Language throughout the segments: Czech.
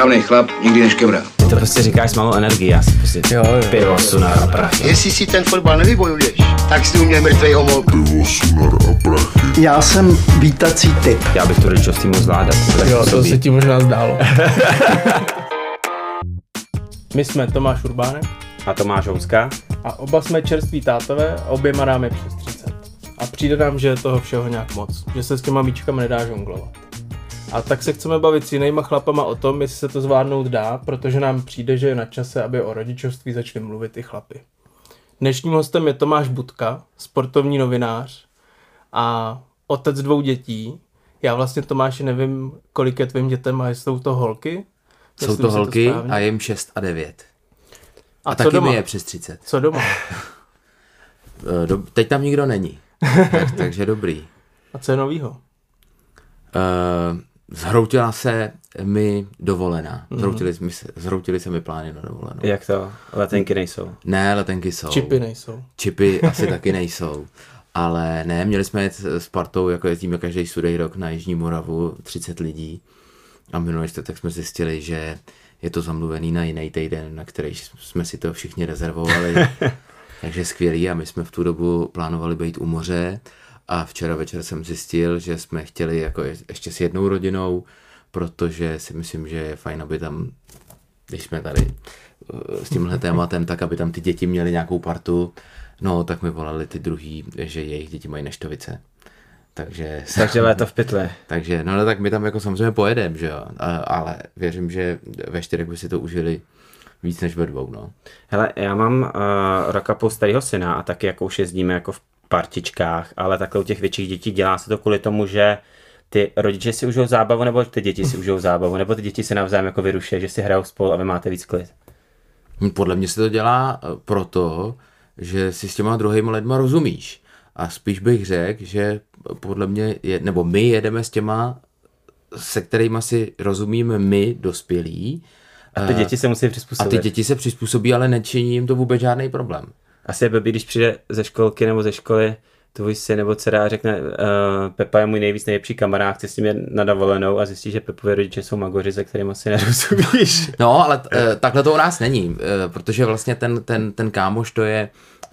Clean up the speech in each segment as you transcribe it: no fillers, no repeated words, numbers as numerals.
Správný chlap nikdy neškemrá. Ty to prostě říkáš s malou energií, já si prostě pivo, sunar a prachy. Jestli si ten fotbal nevybojuješ, tak si u mě mrtvej homolku. Pivo, sunar a prachy. Já jsem vítací typ. Já bych to rodičovství mohl zvládat. Jo, to se ti možná zdálo. My jsme Tomáš Urbánek A Tomáš Houska. a oba jsme čerství tátové a oběma dáme přes 30. A přijde nám, že je toho všeho nějak moc, že se s těma míčkama nedá žonglovat. A tak se chceme bavit s jinýma chlapama o tom, jestli se to zvládnout dá, protože nám přijde, že je na čase, aby o rodičovství začali mluvit i chlapi. Dnešním hostem je Tomáš Budka, sportovní novinář a otec 2 dětí. Já vlastně, Tomáši, nevím, kolik je tvým dětem a jsou to holky? Jsou to holky a je jim 6 a 9. A taky mi je přes 30. Co doma? Teď tam nikdo není, takže dobrý. A co je novýho? Zhroutila se mi dovolená. Zhroutily se mi plány na dovolenou. Jak to? Letenky nejsou? Ne, letenky jsou. Čipy nejsou. Čipy asi taky nejsou. Ale ne, měli jsme jet s partou, jako jezdíme každý sudej rok na Jižní Moravu, 30 lidí. A minulý čtvrtek jsme zjistili, že je to zamluvený na jiný týden, na který jsme si to všichni rezervovali. Takže skvělý a my jsme v tu dobu plánovali být u moře a včera večer jsem zjistil, že jsme chtěli jako ještě s jednou rodinou, protože si myslím, že je fajn, aby tam, když jsme tady s tímhle tématem, tak aby tam ty děti měly nějakou partu. No, tak mi volali ty druhý, že jejich děti mají neštovice. Takže léto v pytli. Takže, no tak my tam jako samozřejmě pojedeme, že jo, ale věřím, že ve 4 by si to užili víc než ve 2, no. Hele, já mám rok a půl starýho syna a taky jako už jezdíme jako v partičkách, ale takhle u těch větších dětí dělá se to kvůli tomu, že ty rodiče si užijou zábavu, nebo ty děti si užijou zábavu, nebo ty děti se navzájem jako vyruší, že si hrajou spolu a vy máte víc klid. Podle mě se to dělá proto, že si s těma druhýma lidma rozumíš. A spíš bych řekl, že podle mě, nebo my jedeme s těma, se kterýma si rozumíme my, dospělí. A ty děti se musí přizpůsobit. A ty děti se přizpůsobí, ale nečiní jim to vůbec žádný problém. Asi je blbý, když přijde ze školky nebo ze školy tvůj syn nebo dcera a řekne, Pepa je můj nejlepší kamarád, chci s ním jít na dovolenou a zjistí, že Pepovi rodiče jsou magoři, se kterým asi nerozumíš. No, ale takhle to u nás není, protože vlastně ten kámoš to je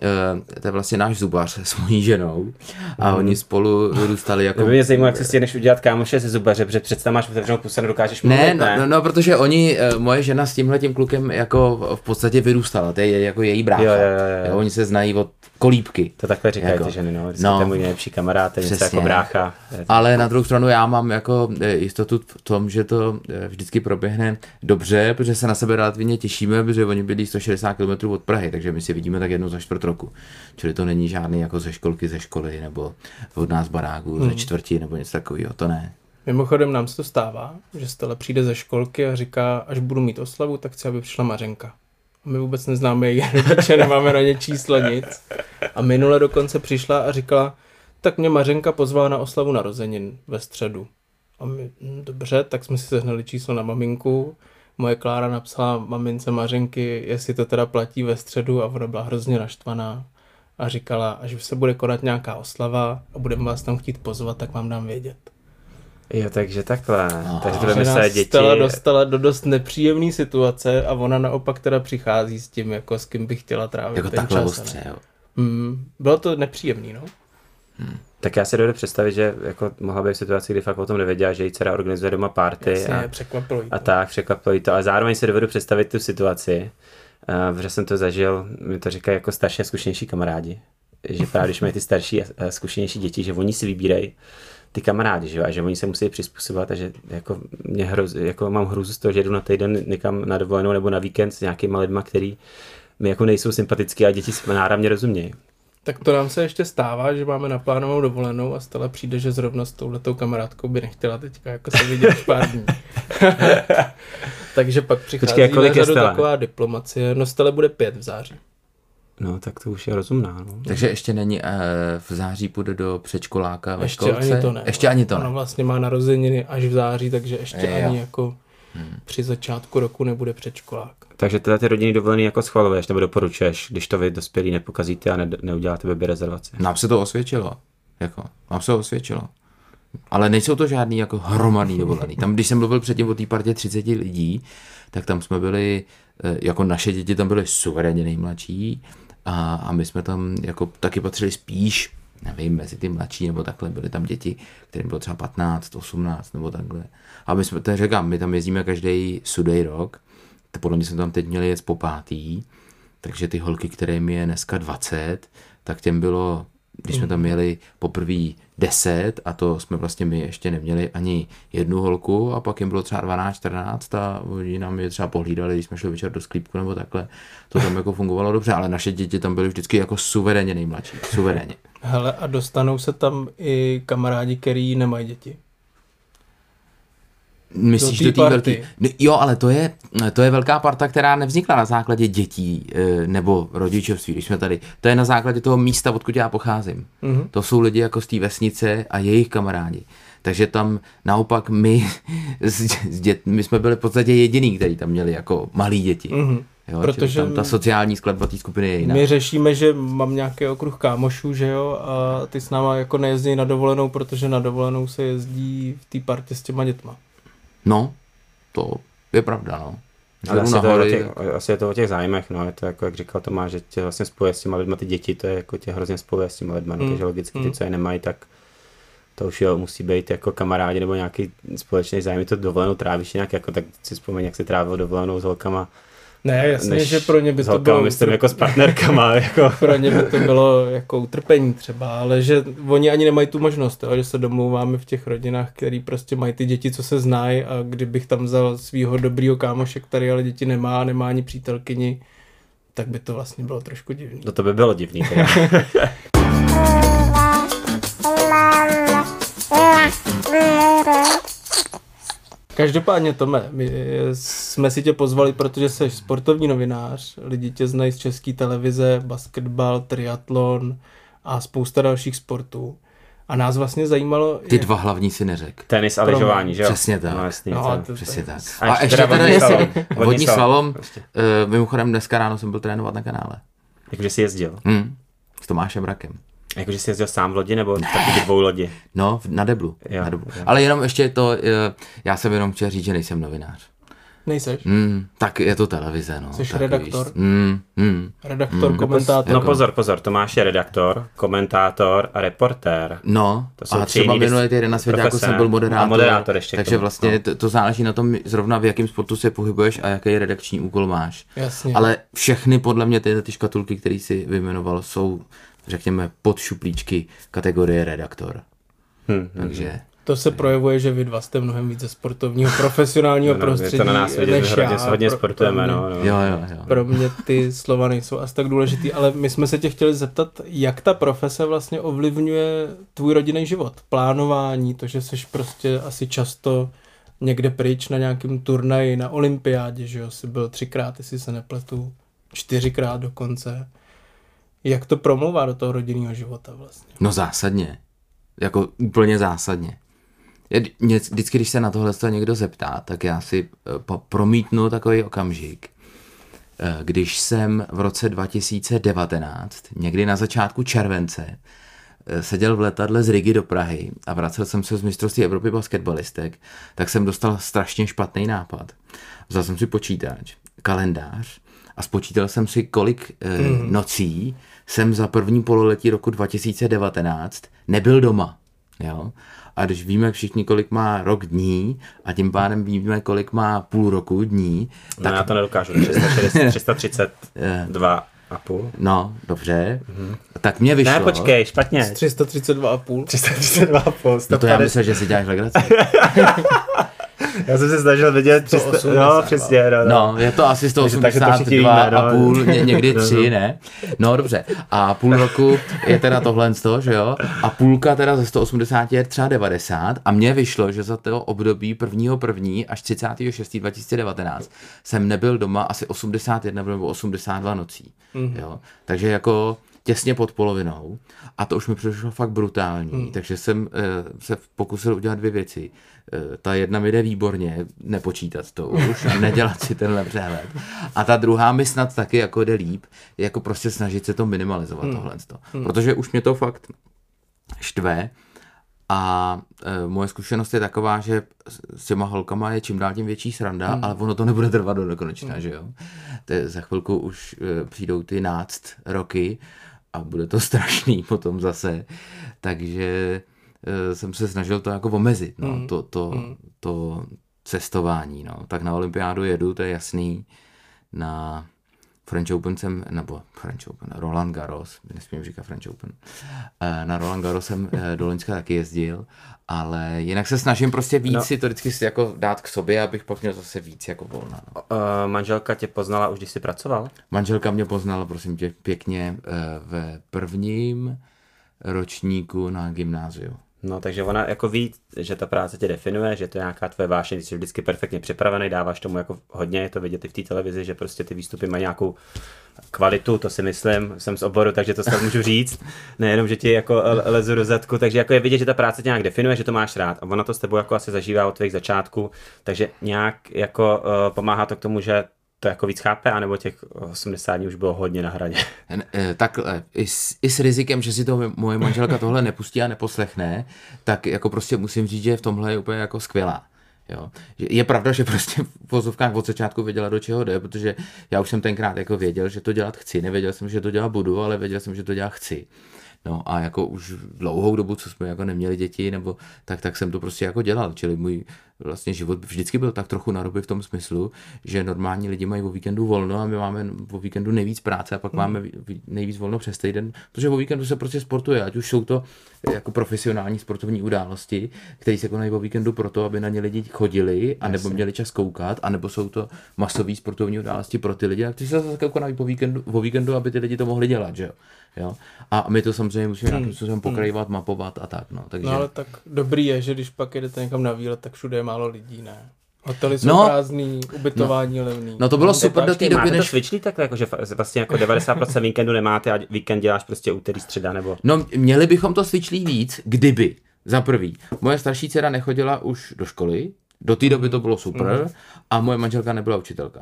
vlastně náš zubař s mojí ženou a oni spolu vyrůstali jako... Mě zajímá, jak si stihneš udělat kámoše ze zubaře, protože představ máš otevřenou pusu a dokážeš mluvit, ne? No, protože moje žena s tímhletím klukem jako v podstatě vyrůstala, to je jako její brácha. Jo. Oni se znají od kolíbky. To takhle říkají jako, ty ženy, no. Vždycky to je můj nejlepší kamarád, to je něco jako brácha. Ale na druhou stranu já mám jako jistotu v tom, že to vždycky proběhne dobře, protože se na sebe relativně těšíme, protože oni bydlí 160 km od Prahy, takže my si vidíme tak jednou za čtvrt roku. Čili to není žádný jako ze školy nebo od nás baráků ze čtvrti nebo něco takového, to ne. Mimochodem nám se to stává, že Stella přijde ze školky a říká, až budu mít oslavu, tak chci, aby přišla Mařenka. A my vůbec neznáme její rodiče, nemáme na ně čísla, nic. A minule dokonce přišla a říkala, tak mě Mařenka pozvala na oslavu narozenin ve středu. A my, dobře, tak jsme si sehnali číslo na maminku. Moje Klára napsala mamince Mařenky, jestli to teda platí ve středu, a ona byla hrozně naštvaná a říkala, až se bude konat nějaká oslava a budeme vás tam chtít pozvat, tak vám dám vědět. Jo, takže takhle. Takže to nás Stella dostala do dost nepříjemné situace a ona naopak teda přichází s tím, jako s kým by chtěla trávit jako ten takhle čas. Ostře, jo. Bylo to nepříjemný, no. Tak já si dovedu představit, že jako mohla být v situaci, kdy fakt o tom nevěděla, že její dcera organizuje doma party. Jasně, překvapilo jí to. A tak, překvapilo jí to. Ale zároveň si dovedu představit tu situaci, protože jsem to zažil, mi to říkají jako starší a zkušenější kamarádi, že právě když mají ty starší a zkušenější děti, že oni si vybírají ty kamarádi, že jo, a že oni se musí přizpůsobovat a že jako mám hrůzu z toho, že jdu na týden někam na dovolenou nebo na víkend s nějakýma lidma, který mi jako nejsou sympatický a děti si náramně rozumějí. Tak to nám se ještě stává, že máme naplánovanou dovolenou a Stella přijde, že zrovna s touhletou kamarádkou by nechtěla teďka jako se vidět pár dní. Takže pak přichází na řadu taková diplomacie. No Stella bude 5 v září. No, tak to už je rozumná. No. Takže ještě není, v září půjde do předškoláka ve ještě školce? Ani to ne. Ještě ani to ne. Ona vlastně má narozeniny až v září, takže ještě ani jako při začátku roku nebude předškolák. Takže tyhle ty rodinný dovolený jako schvaluješ nebo doporučuješ, když to vy dospělí nepokazíte a neuděláte webě rezervaci? Nám se to osvědčilo. Nám se to osvědčilo. Ale nejsou to žádný jako hromadný dovolený. Tam, když jsem mluvil předtím o té partě 30 lidí, tak tam jsme byli, jako naše děti tam byly suverénně nejmladší a my jsme tam jako taky patřili spíš, nevím, mezi ty mladší nebo takhle, byly tam děti, kterým bylo třeba 15, 18 nebo takhle. A my jsme, říkám, my tam jezdíme každý sudej rok, podle mě jsme tam teď měli jet po 5. Takže ty holky, kterým je dneska 20, tak těm bylo, když jsme tam měli poprvé 10 a to jsme vlastně my ještě neměli ani jednu holku a pak jim bylo třeba 12, 14 a oni nám je třeba pohlídali, když jsme šli večer do sklípku nebo takhle. To tam jako fungovalo dobře, ale naše děti tam byly vždycky jako suverénně nejmladší. Suverénně. Hele, a dostanou se tam i kamarádi, který nemají děti? Myslíš do té velký? Jo, ale to je velká parta, která nevznikla na základě dětí nebo rodičovství, když jsme tady. To je na základě toho místa, odkud já pocházím. Mm-hmm. To jsou lidi jako z té vesnice a jejich kamarádi. Takže tam naopak my jsme byli v podstatě jediný, kteří tam měli jako malí děti. Mm-hmm. Jo, protože tam ta sociální skladba té skupiny je jiná. My řešíme, že mám nějaký okruh kámošů, že jo, a ty s náma jako nejezdí na dovolenou, protože na dovolenou se jezdí v té partě s těma dětma. No, to je pravda, no. Ale asi je to o těch zájmech, no, je to jako, jak říkal Tomáš, že tě vlastně spojuje s těma lidma, ty děti, to je jako tě hrozně spojuje s těma lidma, no, takže logicky ty, co je nemají, tak to už musí být jako kamarádi nebo nějaký společný zájem, to dovolenou trávíš nějak, jako tak si vzpomeň, jak se trávil dovolenou s holkama. Ne, jasně, že pro ně by to bylo... Myslím jako s partnerkama. Jako. Pro ně by to bylo jako utrpení třeba, ale že oni ani nemají tu možnost, jo, že se domlouváme v těch rodinách, který prostě mají ty děti, co se znají a kdybych tam vzal svýho dobrýho kámoše, který ale děti nemá ani přítelkyni, tak by to vlastně bylo trošku divný. To by bylo divný. Teda. Každopádně, Tome, my jsme si tě pozvali, protože jsi sportovní novinář, lidi tě znají z České televize, basketbal, triatlon a spousta dalších sportů. A nás vlastně zajímalo... Ty dva hlavní si neřek. Tenis a lyžování, že jo? Přesně tak. No, jasný, přesně tak. A ještě teda vodní slalom. Mimochodem dneska ráno jsem byl trénovat na kanále. Jakože jsi jezdil? S Tomášem Rakem. Jakože jsi jezdil sám v lodi, nebo taky 2 lodi? No, na deblu. Jo. Ale jenom ještě to, já jsem jenom chtěl říct, že nejsem novinář. Nejseš? Tak je to televize, no. Jsi redaktor? Redaktor, Jako komentátor. No pozor, Tomáš je redaktor, komentátor a reportér. No, a třeba minulý týden na Svěťáku jsem byl moderátor ještě takže vlastně to záleží na tom zrovna v jakém sportu se pohybuješ a jaký redakční úkol máš. Jasně. Ale všechny podle mě ty škatulky, které si vyjmenoval, jsou, řekněme, pod šuplíčky kategorie redaktor. Takže... To se projevuje, že vy dva jste mnohem více sportovního, profesionálního prostředí. Je to na nás vidět, že hodně sportujeme. Jo. Pro mě ty slova nejsou asi tak důležitý, ale my jsme se tě chtěli zeptat, jak ta profese vlastně ovlivňuje tvůj rodinný život. Plánování, to, že seš prostě asi často někde pryč na nějakém turnaji, na olympiádě, že jo, jsi byl 3krát, jestli se nepletu, 4krát dokonce. Jak to promlouvá do toho rodinného života vlastně? No zásadně. Jako úplně zásadně. Vždycky, když se na tohle někdo zeptá, tak já si promítnu takový okamžik, když jsem v roce 2019, někdy na začátku července, seděl v letadle z Rigy do Prahy a vracel jsem se z mistrovství Evropy basketbalistek, tak jsem dostal strašně špatný nápad. Vzal jsem si počítač, kalendář a spočítal jsem si, kolik nocí jsem za první pololetí roku 2019 nebyl doma. Jo? A když víme všichni, kolik má rok dní a tím pádem víme, kolik má půl roku dní. Tak... No já to nedokážu, 332 a půl. No, dobře. Tak mě vyšlo. Ne, počkej, špatně. 332,5. 332,5. No to já myslím, že si děláš legraci. Já jsem se snažil vidět 300, no přesně. No, je to asi 182,5, někdy 3, ne? No dobře, a půl roku je teda tohle z toho, že jo? A půlka teda ze 180 je třeba 90 a mně vyšlo, že za to období 1.1. až 30.6.2019 jsem nebyl doma asi 81 nebo 82 nocí, jo? Takže jako těsně pod polovinou a to už mi přišlo fakt brutální, takže jsem se pokusil udělat 2 věci. Ta jedna mi jde výborně, nepočítat to už, nedělat si tenhle přehled. A ta druhá mi snad taky jako jde líp, jako prostě snažit se to minimalizovat tohle. Protože už mě to fakt štve A moje zkušenost je taková, že s těma holkama je čím dál tím větší sranda, ale ono to nebude trvat do nekonečna, že jo. Za chvilku už přijdou ty 11 roky a bude to strašný potom zase. Takže jsem se snažil to jako omezit, no, to cestování, no. Tak na olympiádu jedu, to je jasný. Na French Open Roland Garros, nesmím říkat French Open. Na Roland Garros jsem do Loňska taky jezdil, ale jinak se snažím prostě víc si to vždycky jako dát k sobě, abych pak měl zase víc jako volna. No. Manželka tě poznala už, když jsi pracoval? Manželka mě poznala, prosím tě, pěkně ve prvním ročníku na gymnáziu. No, takže ona jako ví, že ta práce tě definuje, že to je nějaká tvoje vášeň, jsi vždycky perfektně připravený, dáváš tomu jako hodně, je to vidět i v té televizi, že prostě ty výstupy mají nějakou kvalitu, to si myslím, jsem z oboru, takže to snad můžu říct, nejenom, že ti jako lezu do zadku, takže jako je vidět, že ta práce tě nějak definuje, že to máš rád a ona to s tebou jako asi zažívá od tvých začátků, takže nějak jako pomáhá to k tomu, že to jako víc chápe, anebo těch 80 dní už bylo hodně na hraně. Takhle, i s rizikem, že si to moje manželka tohle nepustí a neposlechne, tak jako prostě musím říct, že v tomhle je úplně jako skvělá. Jo. Je pravda, že prostě v vozovkách od začátku věděla, do čeho jde, protože já už jsem tenkrát jako věděl, že to dělat chci, nevěděl jsem, že to dělat budu, ale věděl jsem, že to dělat chci. No a jako už dlouhou dobu, co jsme jako neměli děti, nebo tak jsem to prostě jako dělal, čili můj vlastně život vždycky byl tak trochu na ruby v tom smyslu, že normální lidi mají o víkendu volno a my máme o víkendu nejvíc práce a pak máme nejvíc volno přes týden, protože o víkendu se prostě sportuje, ať už jsou to jako profesionální sportovní události, které se konají o víkendu proto, aby na ně lidi chodili, anebo měli čas koukat, anebo jsou to masové sportovní události pro ty lidi, kteří se zase konají o víkendu, aby ty lidi to mohli dělat, že jo. A my to samozřejmě musíme nějakým způsobem pokrajovat, mapovat a tak, no. Takže... No ale tak dobrý je, že když pak jedete někam na výlet, tak všude je málo lidí, ne? Hotely jsou prázdný, ubytování levný. No to bylo super do té doby, máte než... to švičný takhle, jako, že vlastně jako 90% víkendu nemáte a víkend děláš prostě úterý, středa, nebo... No měli bychom to svičlí víc, kdyby, za prvý, moje starší dcera nechodila už do školy, do té doby to bylo super a moje manželka nebyla učitelka.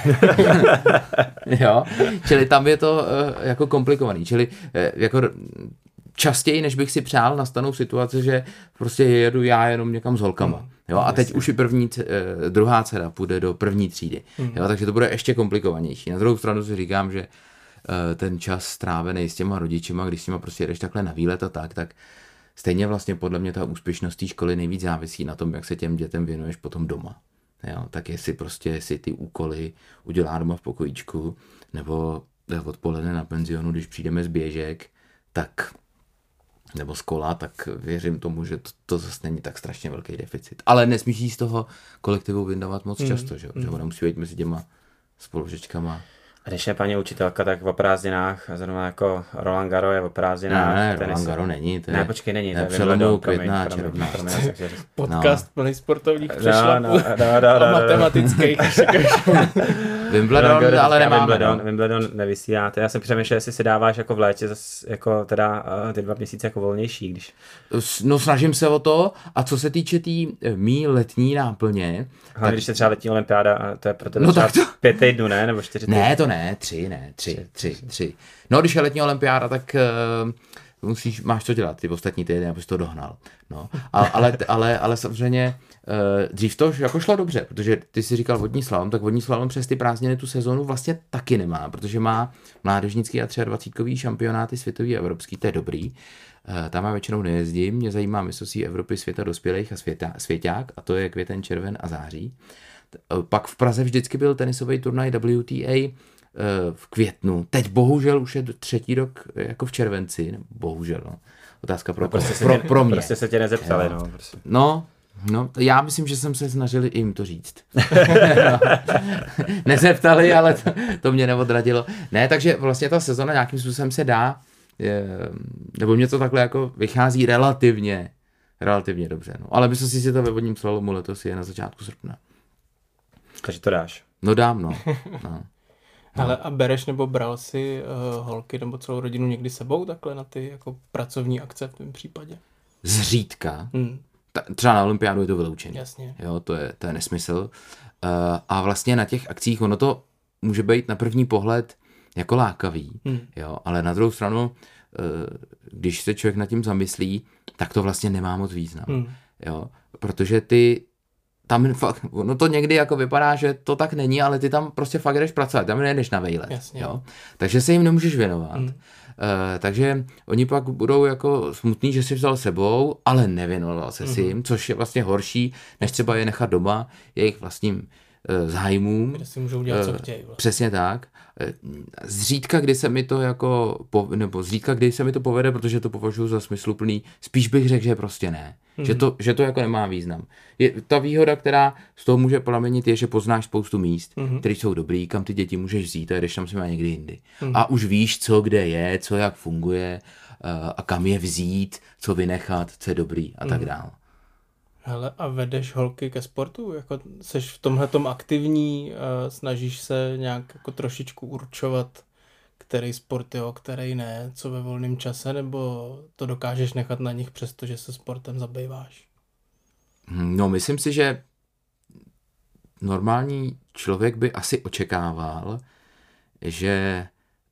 Jo, čili tam je to jako komplikovaný, čili jako častěji, než bych si přál, nastanou situace, že prostě jedu já jenom někam s holkama. Jo, a teď už i druhá dcera půjde do první třídy. Jo, takže to bude ještě komplikovanější. Na druhou stranu si říkám, že ten čas strávený s těma rodičima, když s nima prostě jdeš takhle na výlet a tak stejně vlastně podle mě ta úspěšnost té školy nejvíc závisí na tom, jak se těm dětem věnuješ potom doma. Jo, tak jestli prostě si ty úkoly udělá doma v pokojíčku, nebo odpoledne na penzionu, když přijdeme z běžek, tak nebo z kola, tak věřím tomu, že to zase není tak strašně velký deficit. Ale nesmíš jí z toho kolektivu vyndávat moc často, že ona musí být mezi těma spolužečkama. A když je paní učitelka, tak o prázdninách, zrovna jako Roland Garros je o prázdninách. Ne, Roland Garros není. To je, ne, počkej, není. To je přelomu května a června. Podcast plný sportovních přešlapů a matematických. Wimbledon, ale nemáme. Wimbledon nevysíláte. Já jsem přemýšlel, jestli si dáváš jako v létě zase jako teda ty 2 měsíce jako volnější, když... No snažím se o to a co se týče mý letní náplně... Hlavně když se třeba letní olympiáda, to je pro tebe třeba 5 týdnů, ne? Nebo 4 týdny? Ne, to ne, 3. No, když je letní olympiáda, tak máš co dělat, ty ostatní týdny, abys to dohnal. No. Ale samozřejmě dřív to jako šlo dobře, protože ty si říkal vodní slalom, tak vodní slalom přes ty prázdniny tu sezonu vlastně taky nemá, protože má mládežnický a 23kový šampionáty světový a evropský, to je dobrý. Tam já většinou nejezdím, mě zajímá mistrovství Evropy světa dospělých a svěťák, a to je květen, červen a září. Pak v Praze vždycky byl tenisový turnaj WTA v květnu. Teď bohužel už je 3. rok jako v červenci. Bohužel, no. Otázka pro, prostě pro mě. Prostě se tě nezeptali, no. Prostě. No, já myslím, že jsem se snažil jim to říct. Nezeptali, ale to mě neodradilo. Ne, takže vlastně ta sezona nějakým způsobem se dá, nebo mě to takhle jako vychází relativně dobře. No. Ale myslím si to ve vodním slalomu letos je na začátku srpna. Takže to dáš. No dám, no. Ale a bereš nebo bral si holky nebo celou rodinu někdy sebou takhle na ty jako pracovní akce v tom případě? Zřídka. Třeba na olympiádu je to vyloučené. Jasně. Jo, to je nesmysl. A vlastně na těch akcích ono to může být na první pohled jako lákavý, jo, ale na druhou stranu když se člověk nad tím zamyslí, tak to vlastně nemá moc význam. Jo? Protože ty tam fakt, no to někdy jako vypadá, že to tak není, ale ty tam prostě fakt jdeš pracovat, tam nejdeš na vejlet. Jo? Takže se jim nemůžeš věnovat. Takže oni pak budou jako smutný, že si vzal sebou, ale nevěnoval se si jim, což je vlastně horší, než třeba je nechat doma jejich vlastním zájmům. Kde si můžou dělat, co chtějí. Vlastně. Přesně tak. Zřídka, kdy se mi to jako, zřídka, kdy se mi to povede, protože to považuji za smysluplný, spíš bych řekl, že prostě ne. Že to jako nemá význam. Ta výhoda, která z toho může plamenit, je, že poznáš spoustu míst, které jsou dobrý, kam ty děti můžeš vzít a jdeš tam s nimi někdy jindy. A už víš, co kde je, co jak funguje a kam je vzít, co vynechat, co je dobrý a tak dále. Hele, a vedeš holky ke sportu? Jako seš v tomhletom aktivní, snažíš se nějak jako trošičku určovat, který sport jo, který ne, co ve volném čase, nebo to dokážeš nechat na nich, přestože se sportem zabýváš? No, myslím si, že normální člověk by asi očekával, že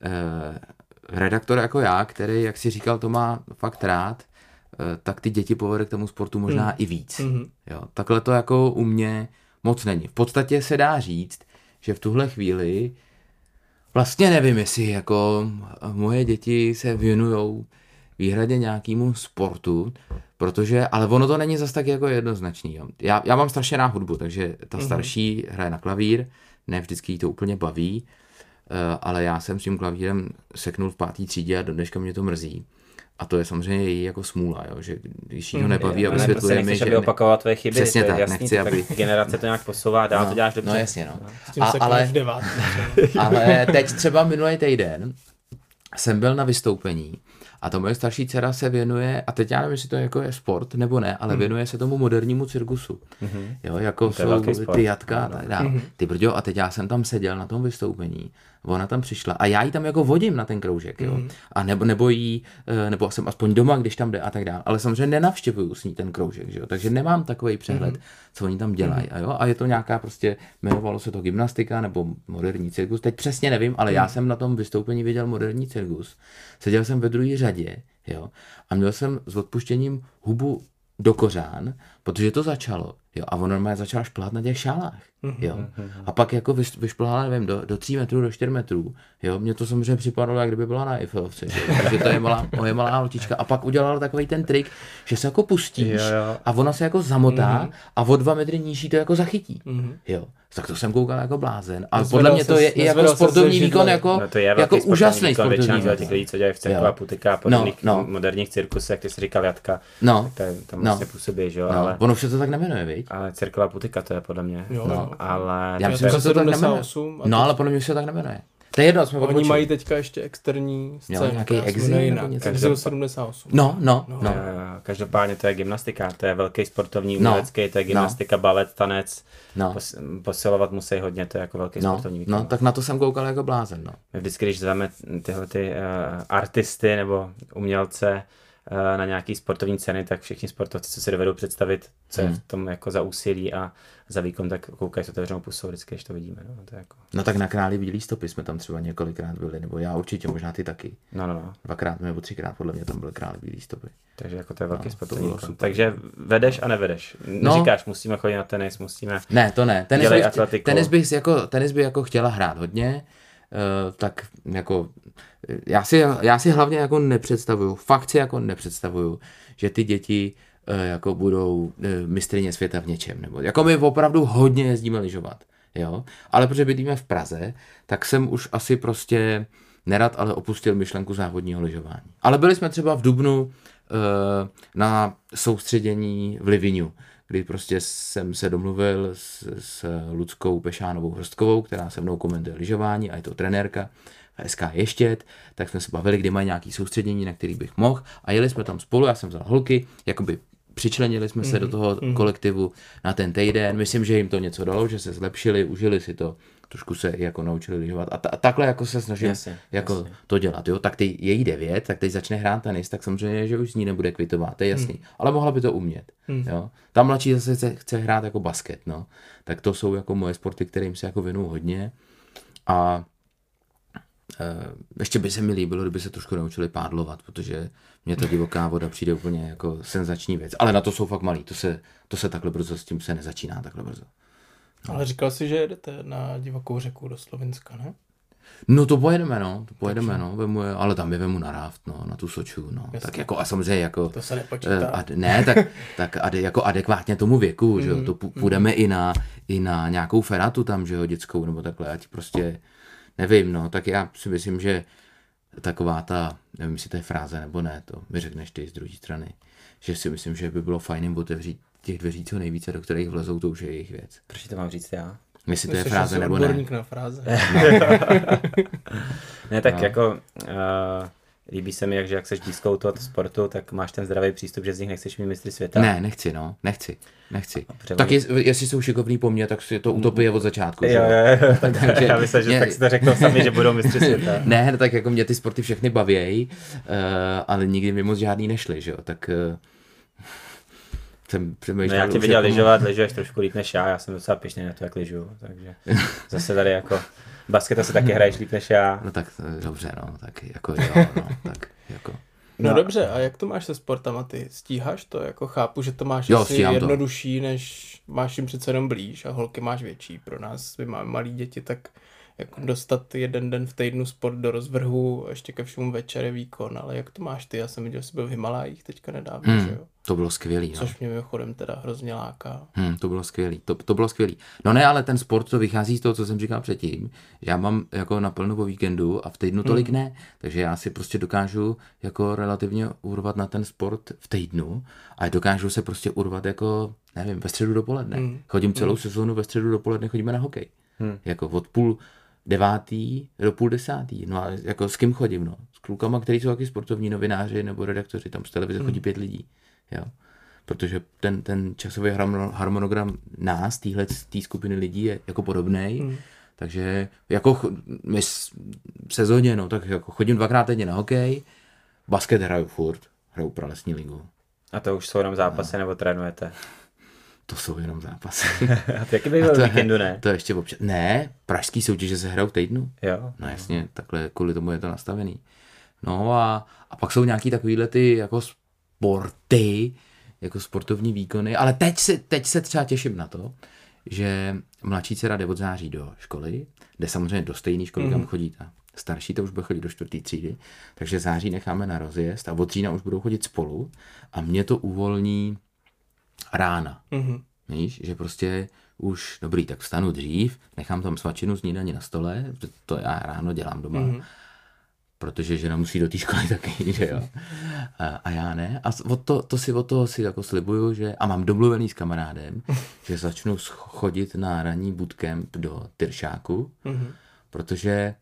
redaktor jako já, který, jak si říkal, to má fakt rád, tak ty děti povede k tomu sportu možná i víc. Jo, takhle to jako u mě moc není. V podstatě se dá říct, že v tuhle chvíli vlastně nevím, jestli jako moje děti se věnujou výhradně nějakému sportu, protože, ale ono to není zas tak jako jednoznačný. Jo. Já mám strašně rád hudbu, takže ta starší hraje na klavír, ne vždycky jí to úplně baví, ale já jsem s tím klavírem seknul v 5. třídě a do dneška mě to mrzí. A to je samozřejmě její jako smůla, jo, že když jí to nebaví a vysvětluje mi, že... Nechceš, aby opakovat tvoje chyby, přesně to je tak, jasný, nechci, aby... generace to nějak posouvá, dál to děláš dobře. No jasně, no. S tím sekneš v 9. Ale teď třeba minulý týden jsem byl na vystoupení a to moje starší dcera se věnuje, a teď já nevím, jestli to jako je sport nebo ne, ale věnuje se tomu modernímu cirkusu. Jo, jako jsou ty jatka a tak dále. Ty brďo, a teď já jsem tam seděl na tom vystoupení, ona tam přišla a já jí tam jako vodím na ten kroužek, jo. A nebo jsem aspoň doma, když tam jde a tak dále. Ale samozřejmě nenavštěvuju s ní ten kroužek, že jo. Takže nemám takový přehled, co oni tam dělají. A je to nějaká prostě, jmenovalo se to gymnastika nebo moderní cirkus. Teď přesně nevím, ale já jsem na tom vystoupení viděl moderní cirkus. Seděl jsem ve druhé řadě, jo. A měl jsem s odpuštěním hubu do kořán, protože to začalo. Jo, a on normálně začal šplhat na těch šálách. Jo. A pak jako vyšplhala, nevím, do 3 metrů, do 4 metrů. Jo, mně to samozřejmě připadalo, jak kdyby byla na Eiffelovce. Takže to je moje malá holčička. A pak udělala takový ten trik, že se jako pustíš a ona se jako zamotá a o 2 metry nížší to jako zachytí. Jo. Tak to jsem koukal jako blázen. A podle mě to je i jako sportovní výkon, jako úžasný sportovní výkon. Těch lidí, co dělají v cirku a putika a podobných moderních cirkusech, jak ty jsi říkal Jatka, tak tam vlastně působí, že jo. Ale ono už se to tak nemenuje, viď? Ale cirková putika to je podle mě. Ale já myslím, že se to tak nemenuje. No, ale podle mě se to tak nemenuje. To je jedno, jsme oni mají teďka ještě externí scénu. Nějaký exil nebo něco. Exil 78. No. Každopádně to je gymnastika, to je velký sportovní umělecký, to je gymnastika, balet, tanec. Posilovat musí hodně, to je jako velký sportovní výkon. No, tak na to jsem koukal jako blázen. No. My vždycky, když zveme tyhle ty artisty nebo umělce na nějaký sportovní ceny, tak všichni sportovci, co si dovedou představit, co je v tom jako za úsilí a za výkon, tak koukají s otevřenou pusou vždycky, když to vidíme. To je jako... No tak na Králi bílý stopy jsme tam třeba několikrát byli, nebo já určitě, možná ty taky. No. 2krát nebo 3krát podle mě tam byly Králi bílý stopy. Takže jako to je velký sportovní výkon. Takže vedeš a nevedeš. Neříkáš, musíme chodit na tenis, musíme... Ne, to ne. Tenis by jako chtěla hrát hodně, tak jako já si hlavně jako nepředstavuju, fakt si jako nepředstavuju, že ty děti jako budou mistryně světa v něčem, nebo jako my opravdu hodně jezdíme lyžovat, jo, ale protože bydlíme v Praze, tak jsem už asi prostě nerad, ale opustil myšlenku závodního lyžování. Ale byli jsme třeba v dubnu na soustředění v Liviňu, kdy prostě jsem se domluvil s Luckou Pešánovou Hrstkovou, která se mnou komentuje lyžování a je to trenérka SK Ještěd, tak jsme se bavili, kdy mají nějaký soustředění, na který bych mohl, a jeli jsme tam spolu, já jsem vzal holky, jakoby přičlenili jsme se do toho kolektivu na ten týden, myslím, že jim to něco dalo, že se zlepšili, užili si to, trošku se jako naučili lyžovat a takhle jako se snažím to dělat, jo, tak ty její 9, tak teď začne hrát tenis, tak samozřejmě, že už z ní nebude kvitová, to je jasný, ale mohla by to umět, jo. Ta mladší zase chce hrát jako basket, no, tak to jsou jako moje sporty, kterým se jako věnuju hodně a Ještě by se mi líbilo, kdyby se trošku naučili pádlovat, protože mně ta divoká voda přijde úplně jako senzační věc. Ale na to jsou fakt malí, to se takhle brzo, s tím se nezačíná takhle brzo. No. Ale říkal jsi, že jedete na divokou řeku do Slovenska, ne? No to pojedeme, no, ale tam je vemu na ráft, no, na tu Soču, no. Jasně. Tak jako a samozřejmě jako... To se nepočítá. Jako adekvátně tomu věku, že jo, to půjdeme i na nějakou feratu tam, že jo, dětskou, nebo takhle, ať prostě, nevím, no, tak já si myslím, že taková ta, nevím, jestli to je fráze nebo ne, to mi řekneš ty z druhé strany, že si myslím, že by bylo fajn jim otevřít těch dveří co nejvíce, do kterých vlezou, to už je jejich věc. Proč to mám říct já? Jestli to je fráze nebo ne. Odborník na fráze. Ne, tak jako líbí se mi, jak seš blízkou toho sportu, tak máš ten zdravý přístup, že z nich nechceš mít mistry světa. Ne, nechci. Tak jestli jsou šikovní po mně, tak je to utopie od začátku. Jo, takže já myslím, že tak si to řekl sami, že budou mistři světa. Ne, tak jako mě ty sporty všechny bavějí, ale nikdy mi moc žádný nešli, že jo, tak... No já tě viděl lyžovat, lyžuješ trošku líp než já jsem docela pyšný na to, jak lyžuju, takže zase tady jako basket asi taky hraješ líp než já. No tak dobře, no, tak jako jo, no, tak jako. No dobře, a jak to máš se sportama, ty stíháš to, jako chápu, že to máš asi jednodušší, než máš jim přece jenom blíž a holky máš větší, pro nás, my máme malí děti, tak jako dostat jeden den v týdnu sport do rozvrhu, ještě ke všemu večer je výkon, ale jak to máš ty? Já jsem viděl, že jsi byl v Himalájích teďka nedávno, že jo? To bylo skvělý. Což mě mimochodem teda hrozně láká. To bylo skvělý, to bylo skvělý. No ne, ale ten sport to vychází z toho, co jsem říkal předtím, že já mám jako naplno po víkendu a v týdnu tolik ne, takže já si prostě dokážu jako relativně urvat na ten sport v týdnu a dokážu se prostě urvat jako, nevím, ve středu dopoledne. Chodím celou sezónu, ve středu dopoledne chodíme na hokej. Jako od 8:30 do 9:30. No a jako s kým chodím, no? S klukama, kteří jsou taky sportovní novináři nebo redaktoři, tam z televize chodí 5 lidí. Jo. Protože ten časový harmonogram nás, té skupiny lidí je jako podobnej. Takže jako my v sezóně, no, tak jako chodím 2krát týdně na hokej, basket hraju furt, hraju pralesní ligu. A to už jsou jenom zápasy nebo trénujete? To jsou jenom zápasy. A to jaký býval víkendu, ne? To ještě občas. Ne, pražský soutěže se hrajou v týdnu. Jo. No jasně, takhle kvůli tomu je to nastavený. No a pak jsou nějaký takovýhle ty jako sporty, jako sportovní výkony, ale teď se třeba těším na to, že mladší dcera jde od září do školy, jde samozřejmě do stejné školy, kam chodí ta starší, to už bude chodit do 4. třídy, takže září necháme na rozjezd a od října už budou chodit spolu a mě to uvolní rána. Víš, že prostě už, dobrý, tak vstanu dřív, nechám tam svačinu snídaní na stole, to já ráno dělám doma, protože žena musí do té školy taky, že jo. A já ne. A od toho si jako slibuju, že, a mám domluvený s kamarádem, že začnu chodit na ranní bootcamp do Tyršáku, protože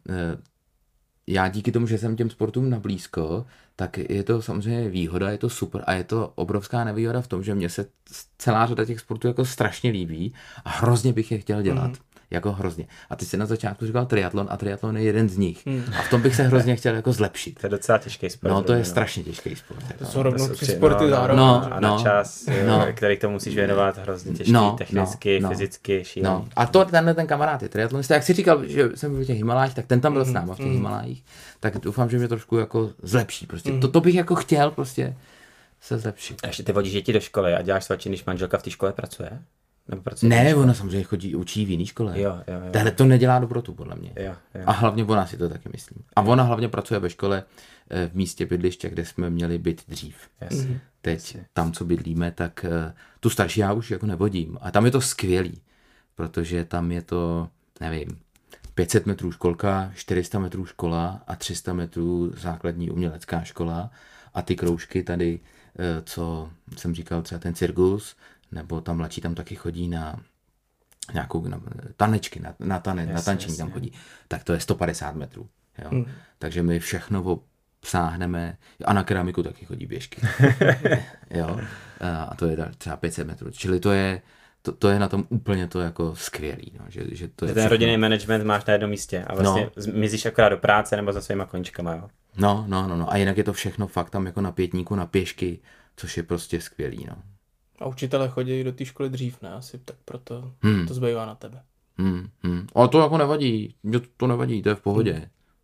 já díky tomu, že jsem těm sportům nablízko, tak je to samozřejmě výhoda, je to super a je to obrovská nevýhoda v tom, že mně se celá řada těch sportů jako strašně líbí a hrozně bych je chtěl dělat. Jako hrozně. A ty jsi na začátku říkal triatlon a triatlon je jeden z nich. A v tom bych se hrozně chtěl jako zlepšit. To je docela těžký sport. No to je strašně těžký sport. To jsou rovnou 3 sporty zároveň. A na čas, který to musíš věnovat hrozně těžký, technicky, fyzicky, šílený. A to ten kamarád je triatlonista. Jak jsi říkal, že jsem byl v těch Himalájích, tak ten tam byl s náma v těch Himalájích. Tak doufám, že mě trošku jako zlepší. Prostě. To bych jako chtěl prostě se zlepšit. A ještě ty vodíš děti do školy a děláš svačiny, když manželka v té škole pracuje? Ne, ona samozřejmě učí v jiný škole. Jo. Tahle to nedělá dobrotu, podle mě. Jo. A hlavně ona si to taky myslím. A ona hlavně pracuje ve škole v místě bydliště, kde jsme měli být dřív. Teď tam, co bydlíme, tak tu starší já už jako nevodím. A tam je to skvělý, protože tam je to, nevím, 500 metrů školka, 400 metrů škola a 300 metrů základní umělecká škola. A ty kroužky tady, co jsem říkal, třeba ten cirkus, nebo tam mladší tam taky chodí na nějakou tanečky, na tančení tam chodí, tak to je 150 metrů. Jo? Takže my všechno obsáhneme a na keramiku taky chodí běžky. Jo? A to je třeba 500 metrů. Čili to je na tom úplně to jako skvělý. No? Že to je ten rodinný management máš na jednom místě a vlastně mizíš akorát do práce nebo za svýma koníčkama. Jo? No. A jinak je to všechno fakt tam jako na pětníku, na pěšky, což je prostě skvělý. No. A učitelé chodí do té školy dřív, ne? Asi tak proto to zbývá na tebe. Ale to jako nevadí. Mně to nevadí, to je v pohodě.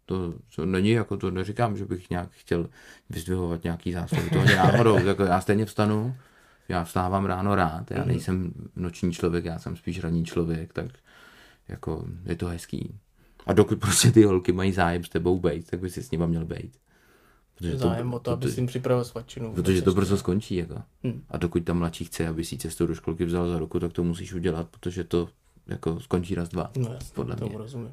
To není jako, to neříkám, že bych nějak chtěl vyzdvihovat nějaký zásluhy. To není náhodou, jako já stejně vstanu, já vstávám ráno rád, já nejsem noční člověk, já jsem spíš ranní člověk, tak jako je to hezký. A dokud prostě ty holky mají zájem s tebou bejt, tak by si s nima měl bejt. Zájem o to, aby si jim připravil svačinu. Protože to brzo skončí. Jako. A dokud tam mladší chce, aby si cestou do školky vzal za ruku, tak to musíš udělat, protože to jako skončí raz, dva. No jasně, podle tomu mě. rozumím.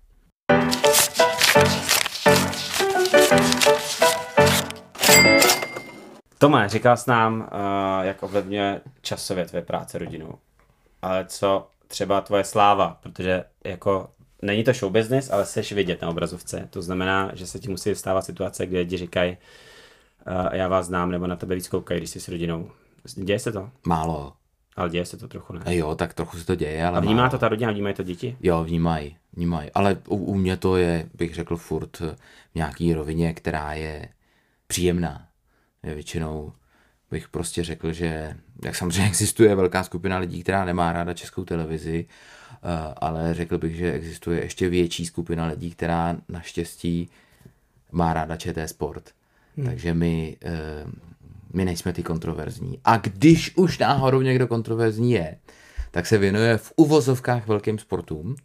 Tome, říkal jsi nám, jak ovlivňuje časově tvoje práce rodinu. Ale co třeba tvoje sláva, protože jako není to show business, ale seš vidět na obrazovce. To znamená, že se ti musí stávat situace, kde lidi říkají, já vás znám, nebo na tebe víc koukají, když jsi s rodinou. Děje se to? Málo. Ale děje se to trochu, ne? Jo, tak trochu se to děje, ale A vnímá málo. to ta rodina, vnímají to děti? Jo, vnímají. Ale u mě to je, bych řekl, furt v nějaký rovině, která je příjemná. Většinou bych prostě řekl, že jak samozřejmě existuje velká skupina lidí, která nemá ráda Českou televizi, ale řekl bych, že existuje ještě větší skupina lidí, která naštěstí má ráda ČT Sport. Takže my nejsme ty kontroverzní. A když už náhodou někdo kontroverzní je, tak se věnuje v uvozovkách velkým sportům.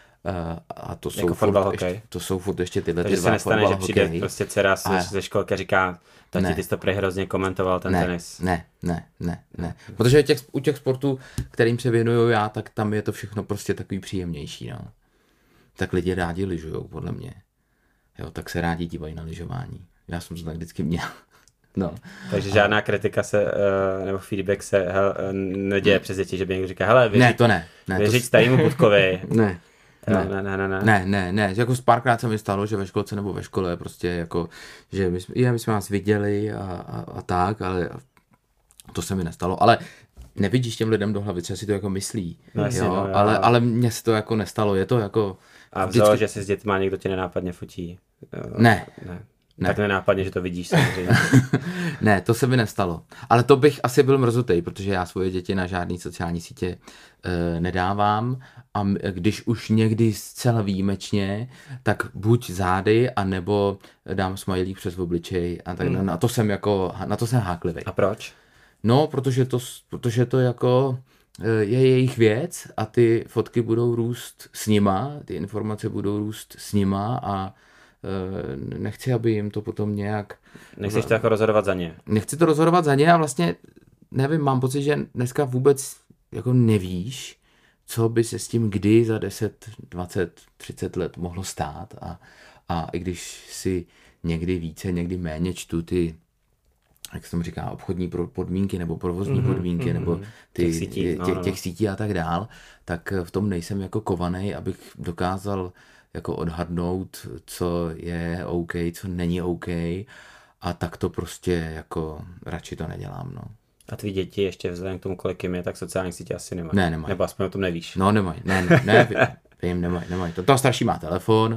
A to Jako jsou, fotbal, furt hokej. ještě, to jsou furt ještě tyhle Takže ty se dva, nestane, fotbal, že přijde hokej. prostě dcera ze školky a říká, tati, Ne. ty jsi to prej hrozně komentoval, ten tenis. Ne. Protože u těch sportů, kterým se věnuju já, tak tam je to všechno prostě takový příjemnější, no. Tak lidi rádi lyžujou, podle mě. Jo, tak se rádi dívají na lyžování. Já jsem to tak vždycky měl. No. Takže žádná kritika se, nebo feedback se neděje přes děti, že by někdo říká, hele, Ne, to ne. věřit starýmu Budkovi. Ne. Ne. Jako párkrát se mi stalo, že ve školce nebo ve škole prostě jako, že my jsme vás viděli a tak, ale to se mi nestalo, ale nevidíš těm lidem do hlavy, třeba si to jako myslí, No, jasně, jo, no, ale mně se to jako nestalo, je to jako... A vzalo, že si s dětma někdo tě nenápadně fotí. Ne. Tak nenápadně, že to vidíš samozřejmě. Ne, to se mi nestalo. Ale to bych asi byl mrzutej, protože já svoje děti na žádný sociální sítě nedávám a když už někdy zcela výjimečně, tak buď zády, anebo dám smajlík přes obličej a tak na to jsem háklivý. A proč? No, protože to jako je jejich věc a ty fotky budou růst s nima, ty informace budou růst s nima a nechci, aby jim to potom nějak... Nechceš to jako rozhodovat za ně? Nechci to rozhodovat za ně a vlastně, nevím, mám pocit, že dneska vůbec jako nevíš, co by se s tím kdy za 10, 20, 30 let mohlo stát a i když si někdy více, někdy méně čtu ty, jak se tomu říká, obchodní podmínky nebo provozní podmínky nebo těch sítí a tak dál, tak v tom nejsem jako kovanej, abych dokázal jako odhadnout, co je OK, co není OK a tak to prostě jako radši to nedělám, no. A tvý děti ještě vzhledem k tomu, kolik jim je, tak sociální sítě asi nemají. Ne, nemají. Nebo aspoň o tom nevíš. No nemají, vím, nemají. To starší má telefon,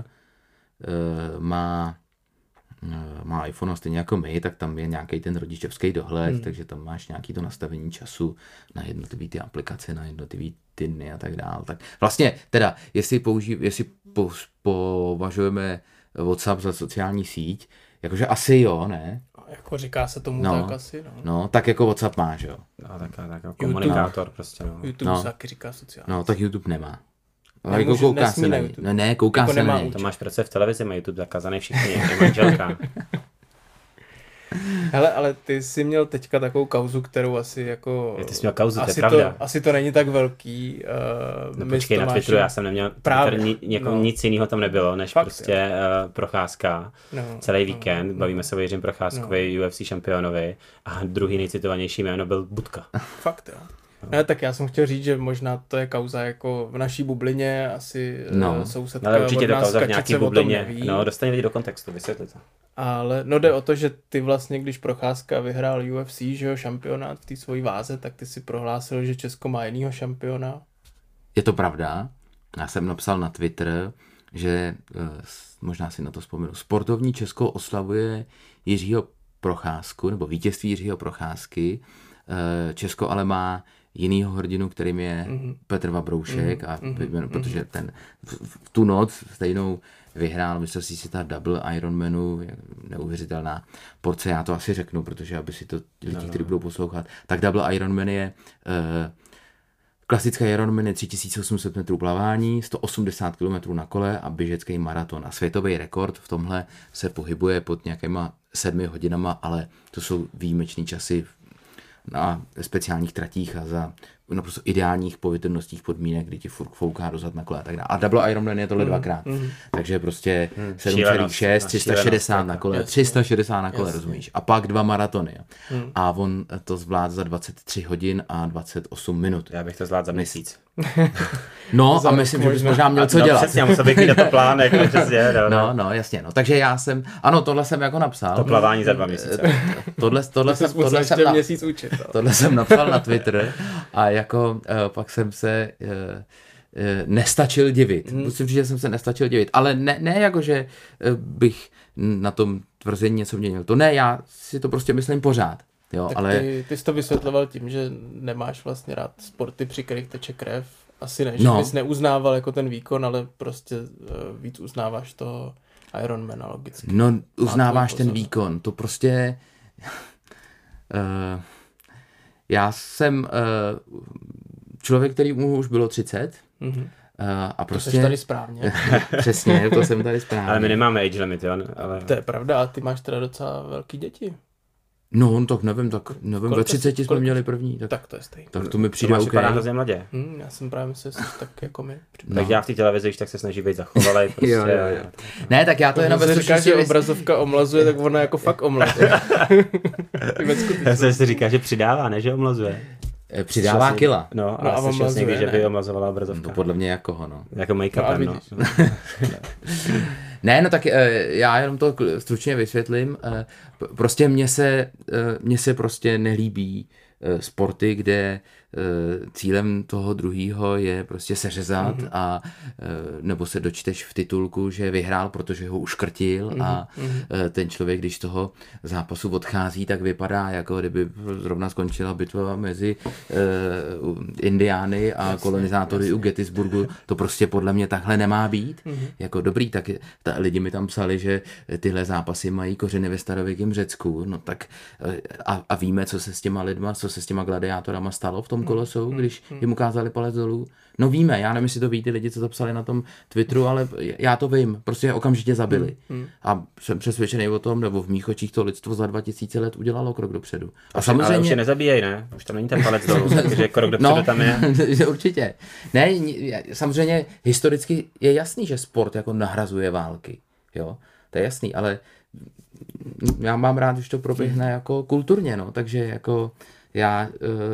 má iPhone stejně jako my, tak tam je nějaký ten rodičovský dohled, takže tam máš nějaký to nastavení času na jednotlivý ty aplikace, na jednotlivý ty dny a tak dál. Tak vlastně teda, jestli považujeme WhatsApp za sociální síť, jakože asi jo, ne? Jako říká se tomu tak asi, no. No, tak jako WhatsApp máš, jo. No, tak jako komunikátor prostě, no. YouTube se taky říká sociální. No, tak YouTube nemá. Nemůže, Jako kouká nesmí se na na YouTube. Ne, kouká Jako se na nemá něj. To máš přece v televizi, má YouTube zakázaný všichni, je manželka. Hele, ale ty jsi měl teďka takovou kauzu, kterou asi jako... Ty jsi měl kauzu, to je pravda. Asi to není tak velký. No počkej, na Twitteru já jsem neměl, nic jiného tam nebylo, než fakt, prostě Procházka. Celý víkend, bavíme se o Jiřím Procházkovi, UFC šampionovi a druhý nejcitovanější jméno byl Budka. Fakt, jo. Ne, tak já jsem chtěl říct, že možná to je kauza jako v naší bublině, asi sousedka ale určitě od to nás kauza v nějaký bublině, neví. no dostane lidi do kontextu, vysvětli to. Ale no jde o to, že ty vlastně, když Procházka vyhrál UFC, že jo, šampionát v té svojí váze, tak ty si prohlásil, že Česko má jinýho šampiona. Je to pravda. Já jsem napsal na Twitter, že možná si na to vzpomenu. Sportovní Česko oslavuje Jiřího Procházku, nebo vítězství Jiřího Procházky. Česko ale má jinýho hrdinu, kterým je Petr Vabroušek, protože ten v tu noc stejnou vyhrál mistrovství světa double Ironmanu, neuvěřitelná porce, já to asi řeknu, protože aby si to lidi, kteří budou poslouchat, tak double Ironman je klasické Ironman je 3800 metrů plavání, 180 km na kole a běžecký maraton. A světový rekord v tomhle se pohybuje pod nějakýma 7 hodinama, ale to jsou výjimečný časy na speciálních tratích a za naprosto ideálních povětrnostních podmínek, kdy ti furt fouká dozad na kole a tak dále. A double Ironman je tohle dvakrát. Takže prostě 7,6, 360 na kole, 360 na kole, rozumíš? A pak 2 maratony. A on to zvládl za 23 hodin a 28 minut. Já bych to zvládl za měsíc. No a myslím, že bys možná měl co dělat. Přesně, musel bych mít na to plán, jako přesně. No, jasně, no. Takže já jsem, ano, tohle jsem jako napsal. To plavání za 2 měsíce. Tohle jsem napsal na Twitter a jako pak jsem se nestačil divit. Musím říct, že jsem se nestačil divit, ale ne jako, že bych na tom tvrzení něco měnil. To ne, já si to prostě myslím pořád. Jo, tak ale... ty jsi to vysvětloval tím, že nemáš vlastně rád sporty, při kterých teče krev. Asi ne, že bys neuznával jako ten výkon, ale prostě víc uznáváš to Ironmana logicky. No, uznáváš ten výkon, to prostě... já jsem člověk, který mu už bylo 30 a prostě... To jsi tady správně. Přesně, to jsem tady správně. Ale my nemáme age limit, jo? Ale... To je pravda, a ty máš teda docela velký děti. No, tak nevím, ve 30 jsme měli první. Tak to je stejný. Tak to mi přijde to máš okay. hrozně mladě. Já jsem právě myslel, že tak jako my. Tak já v té televizi, tak se snaží být zachovalej. Prostě, jo. Ne, tak já to jenom ve říká, že obrazovka omlazuje, tak ona jako fakt omlazuje. Já jsem si říká, že přidává, ne že omlazuje. Přidává kila. No a slyšel jsi někdy, že by omlazovala obrazovka. No, podle mě jako ho, no. Jako make-up, no. Ne, no tak já jenom to stručně vysvětlím. Prostě mně se prostě nelíbí sporty, kde cílem toho druhýho je prostě seřezat a nebo se dočteš v titulku, že vyhrál, protože ho uškrtil a ten člověk, když z toho zápasu odchází, tak vypadá, jako kdyby zrovna skončila bitva mezi Indiány a kolonizátory u Gettysburgu. To prostě podle mě takhle nemá být. Jako dobrý, tak lidi mi tam psali, že tyhle zápasy mají kořeny ve starověkém Řecku. No tak a víme, co se s těma lidma, co se s těma gladiátorama stalo v tom kolosou, když jim ukázali palec dolů. No víme, já nevím, jestli to ví ty lidi, co to psali na tom Twitteru, ale já to vím, prostě je okamžitě zabili. A jsem přesvědčený o tom, nebo v mých očích to lidstvo za 2000 let udělalo krok dopředu. A samozřejmě... Ale už je nezabíjej, ne? Už tam není ten palec dolů, takže krok dopředu tam je. Určitě. Ne, samozřejmě historicky je jasný, že sport jako nahrazuje války. Jo? To je jasný, ale já mám rád, když to proběhne jako kulturně, no, takže jako já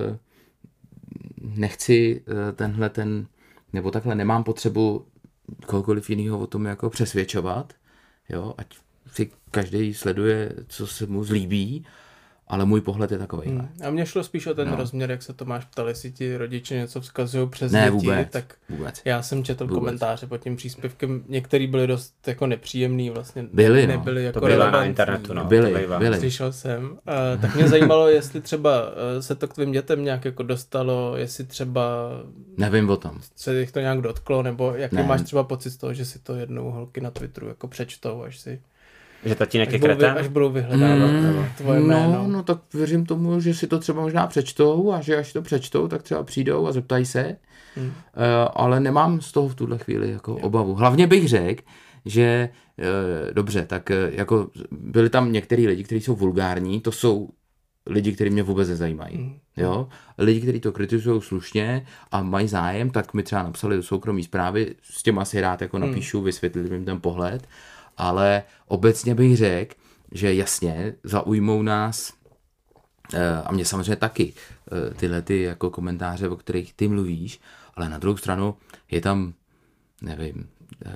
nechci nebo takhle nemám potřebu kohokoliv jiného o tom jako přesvědčovat, jo, ať si každý sleduje, co se mu zlíbí, ale můj pohled je takový. A mně šlo spíš o ten rozměr, jak se Tomáš ptal, jestli ti rodiče něco vzkazují přes děti, vůbec, tak vůbec. Já jsem četl komentáře pod tím příspěvkem, některý byly dost jako nepříjemný, vlastně nebyly jako to bylo na internetu, no. Byly. Slyšel jsem. Tak mě zajímalo, jestli třeba se to k tvým dětem nějak jako dostalo, jestli třeba nevím o tom. Se jich to nějak dotklo, nebo jaký máš třeba pocit z toho, že si to jednou holky na Twitteru jako přečtou, až si že tatínek je kreten? Až budou vyhledávat tvoje jméno. No tak věřím tomu, že si to třeba možná přečtou a že až to přečtou, tak třeba přijdou a zeptají se. Ale nemám z toho v tuhle chvíli jako obavu. Hlavně bych řekl, že dobře, tak jako byli tam některý lidi, kteří jsou vulgární, to jsou lidi, kteří mě vůbec nezajímají. Jo? Lidi, kteří to kritizují slušně a mají zájem, tak mi třeba napsali do soukromí zprávy, s tím asi rád jako napíšu, vysvětlit jim ten pohled. Ale obecně bych řekl, že jasně zaujmou nás a mě samozřejmě taky tyhle ty jako komentáře, o kterých ty mluvíš, ale na druhou stranu je tam, nevím,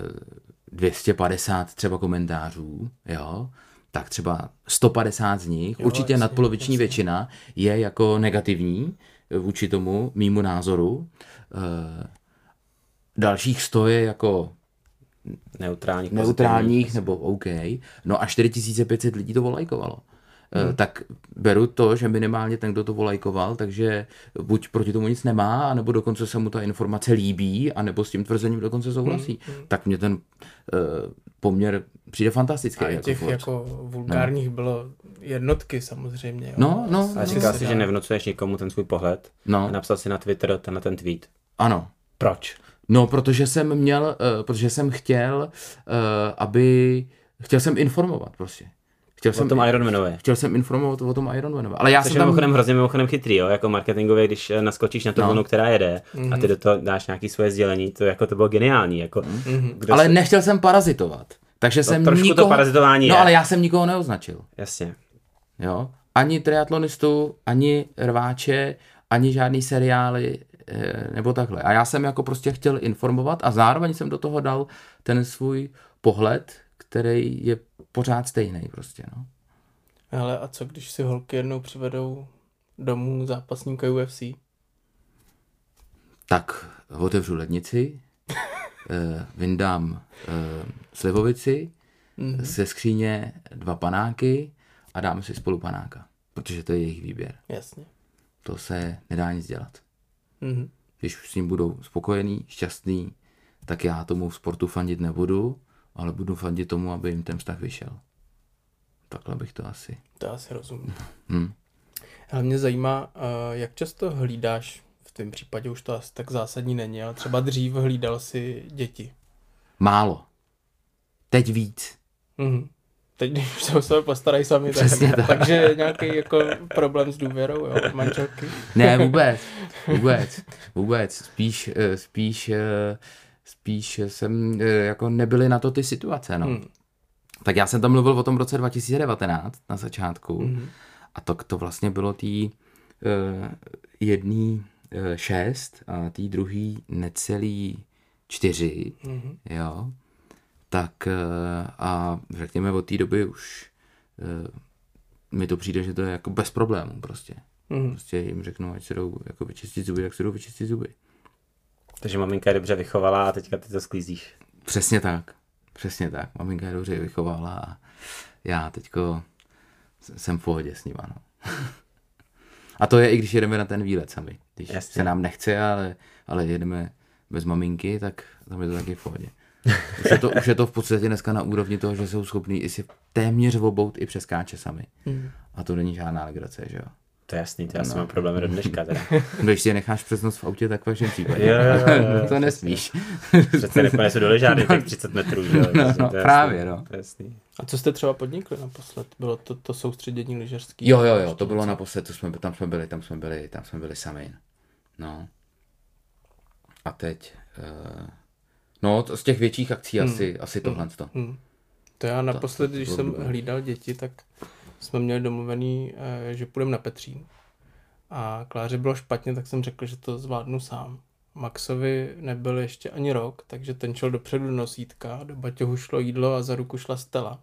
250 třeba komentářů, jo, tak třeba 150 z nich, určitě nadpoloviční většina je jako negativní vůči tomu mýmu názoru. Dalších 100 je jako neutrálních nebo OK. No a 4500 lidí to volajkovalo. tak beru to, že minimálně ten, kdo to volajkoval, takže buď proti tomu nic nemá, anebo dokonce se mu ta informace líbí, anebo s tím tvrzením dokonce souhlasí. Tak mě ten poměr přijde fantastický. A těch jako vulgárních bylo jednotky samozřejmě. Jo. No. Ale říkal si, že nevnucuješ nikomu ten svůj pohled. A napsal si na Twitter ten tweet. Ano. Proč? No, protože jsem chtěl, chtěl jsem informovat prostě. O tom Ironmanovi. Chtěl jsem informovat o tom Ironmanovi. Ale já jsem tam mimochodem chytrý, jo, jako marketingově, když naskočíš na tu vlnu, která jede a ty do toho dáš nějaký svoje sdělení, to jako to bylo geniální. Jako, ale nechtěl jsem parazitovat. Takže jsem trošku to parazitování ale já jsem nikoho neoznačil. Jasně. Jo? Ani triatlonistu, ani rváče, ani žádný seriály, nebo takhle. A já jsem jako prostě chtěl informovat a zároveň jsem do toho dal ten svůj pohled, který je pořád stejný prostě, no. Hele, a co když si holky jednou přivedou domů zápasníka UFC? Tak otevřu lednici, vyndám slivovici, ze skříně 2 panáky a dáme si spolu panáka, protože to je jejich výběr. Jasně. To se nedá nic dělat. Když s ním budou spokojení, šťastný, tak já tomu sportu fandit nebudu, ale budu fandit tomu, aby jim ten vztah vyšel. Takhle bych to asi... To asi rozumím. Ale mě zajímá, jak často hlídáš, v tom případě už to asi tak zásadní není, ale třeba dřív hlídal si děti. Málo. Teď víc. Teď, když se o sebe postarají sami, takže nějaký jako problém s důvěrou, jo, manželky? Ne, vůbec. Spíš jsem, jako nebyly na to ty situace, no. Tak já jsem tam mluvil o tom roce 2019 na začátku a to vlastně bylo tý jedný 6 a tý druhý necelý 4, jo. Tak a řekněme od té doby už mi to přijde, že to je jako bez problémů prostě. Prostě jim řeknu, ať se jdou jako vyčistit zuby, tak se jdou vyčistit zuby. Takže maminka je dobře vychovala a teďka ty to sklízíš. Přesně tak. Maminka je dobře vychovala a já teďko jsem v pohodě s nima, no. A to je i když jedeme na ten výlet sami. Když se nám nechce, ale jedeme bez maminky, tak tam je to taky v pohodě. Už je to v podstatě dneska na úrovni toho, že jsou schopní i si téměř obout i přes káče sami. A to není žádná legrace, že jo? To je jasný, to já jsem mám problémy do dneška teda. Když si je necháš přes noc v autě, tak v vašem případě. Jo. To nesmíš. Přece neponesu dole žádný tak 30 metrů, že jo? No, právě, no. To je jasný. A co jste třeba podnikli naposled? Bylo to soustředění lyžařský? Jo, to bylo naposled, tam jsme byli sami. No. A teď... No, z těch větších akcí asi tohle. To já naposled, když jsem hlídal děti, tak jsme měli domluvený, že půjdeme na Petřín. A Kláře bylo špatně, tak jsem řekl, že to zvládnu sám. Maxovi nebyl ještě ani rok, takže ten šel dopředu do nosítka, do baťohu šlo jídlo a za ruku šla Stella.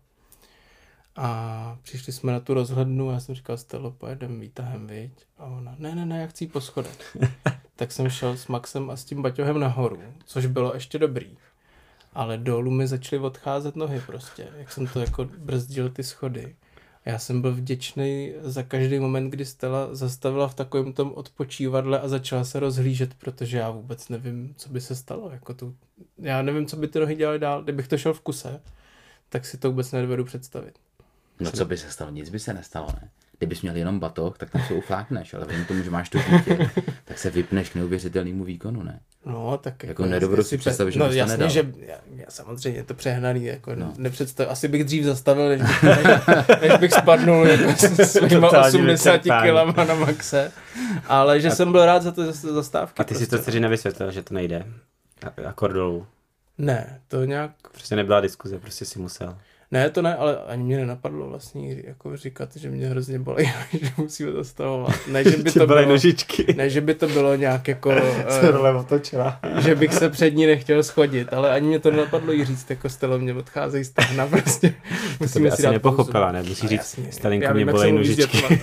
A přišli jsme na tu rozhlednu a já jsem říkal, Stelo, pojedem výtahem, viď? A ona, ne, já chci jít po schodech. Tak jsem šel s Maxem a s tím baťohem nahoru, což bylo ještě dobrý. Ale dolů mi začaly odcházet nohy prostě, jak jsem to jako brzdil ty schody. A já jsem byl vděčný za každý moment, kdy Stella zastavila v takovém tom odpočívadle a začala se rozhlížet, protože já vůbec nevím, co by se stalo. Já nevím, co by ty nohy dělaly dál. Kdybych to šel v kuse, tak si to vůbec nedovedu představit. No co by se stalo? Nic by se nestalo, ne? Kdybys měl jenom batoh, tak tam se uflákneš, ale vzhledem tomu, že máš to dítě, tak se vypneš k neuvěřitelnému výkonu, ne? No, tak jako nedovedu si představit, že bys to nedal. Že já samozřejmě je to přehnaný, jako nepředstav. Asi bych dřív zastavil, než bych spadnul jako svýma 80 kilama na Maxe, ale že jsem byl rád za to zastávky. A ty si to dceři nevysvětlil, že to nejde? Akord dolů? Ne, to nějak... Prostě nebyla diskuze, prostě si musel. Ne, to ne, ale ani mě nenapadlo vlastně jako říkat, že mě hrozně bolí, že musíme zastavovat. Ne, že by to bylo nožičky. Ne, že by to bylo nějak jako... otočila. Že bych se před ní nechtěl schodit, ale ani mě to nenapadlo jí říct, jako Stelo, mě odcházejí stahna, prostě. Musíme si dát nepochopila, ne? Musí říct, Stalinko, mě bolej nožičky.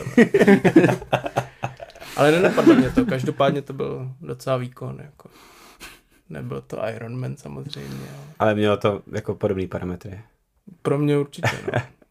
Ale nenapadlo mě to, každopádně to byl docela výkon, jako. Nebyl to Ironman samozřejmě. Ale mělo to jako podobný parametry. Pro mě určitě, no.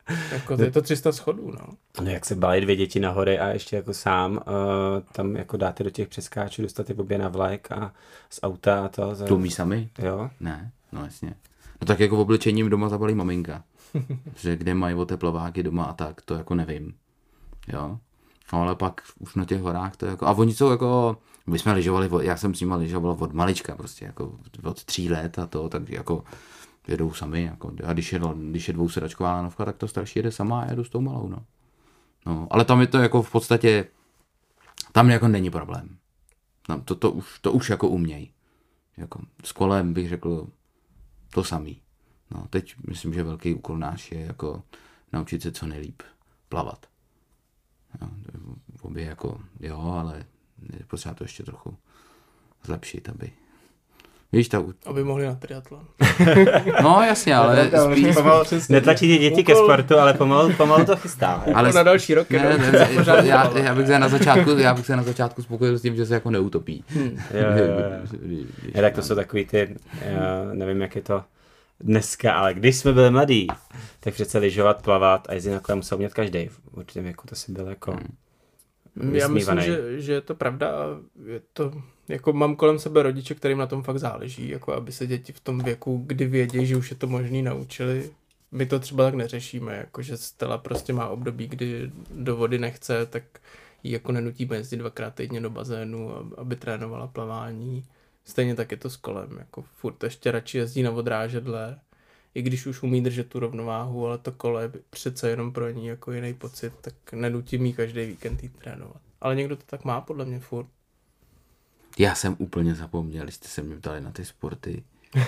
Jako je to 300 schodů, no. No jak se balí 2 děti na hory a ještě jako sám, tam jako dáte do těch přeskáčů, dostat je obě na vlak a z auta a to. To umí sami? Jo. Ne, no jasně. No tak jako v oblečením doma zabalí maminka. Že kde mají oteplováky doma a tak, to jako nevím. Jo. No ale pak už na těch horách to jako, a oni jsou jako, my jsme lyžovali, já jsem s nimi lyžoval od malička prostě, jako od 3 let a to, tak jako jedou sami, jako, a když je dvousedačková lanovka, tak to starší jede sama a jedu s tou malou, no. No, ale tam je to jako v podstatě, tam jako není problém. Tam to už jako umějí. Jako s kolem bych řekl to samý. No, teď myslím, že velký úkol náš je jako naučit se co nejlíp plavat. Jo, obě jako, jo, ale je potřeba to ještě trochu zlepšit, aby... Víš, aby mohli na triatlon. No jasně, ale spíš... Netlačí ty děti ke sportu, ale pomalu to chystá. Ale na další rok. Já bych se na začátku spokojil s tím, že se jako neutopí. Tak to jsou takový ty, nevím jak je to dneska, ale když jsme byli mladí, tak přece lyžovat, plavat a jezdit na kole musel umět každý. V určitém věku to si byl jako já myslím, že je to pravda a je to, jako mám kolem sebe rodiče, kterým na tom fakt záleží, jako aby se děti v tom věku, kdy vědí, že už je to možný, naučili. My to třeba tak neřešíme, jako že Stella prostě má období, kdy do vody nechce, tak ji jako nenutíme jezdit 2krát týdně do bazénu, aby trénovala plavání. Stejně tak je to s kolem, jako furt ještě radši jezdí na odrážedle, i když už umí držet tu rovnováhu, ale to kole je přece jenom pro ní jako jiný pocit, tak nenutím jí každý víkend jít trénovat. Ale někdo to tak má podle mě furt. Já jsem úplně zapomněl, když jste se mě ptali na ty sporty,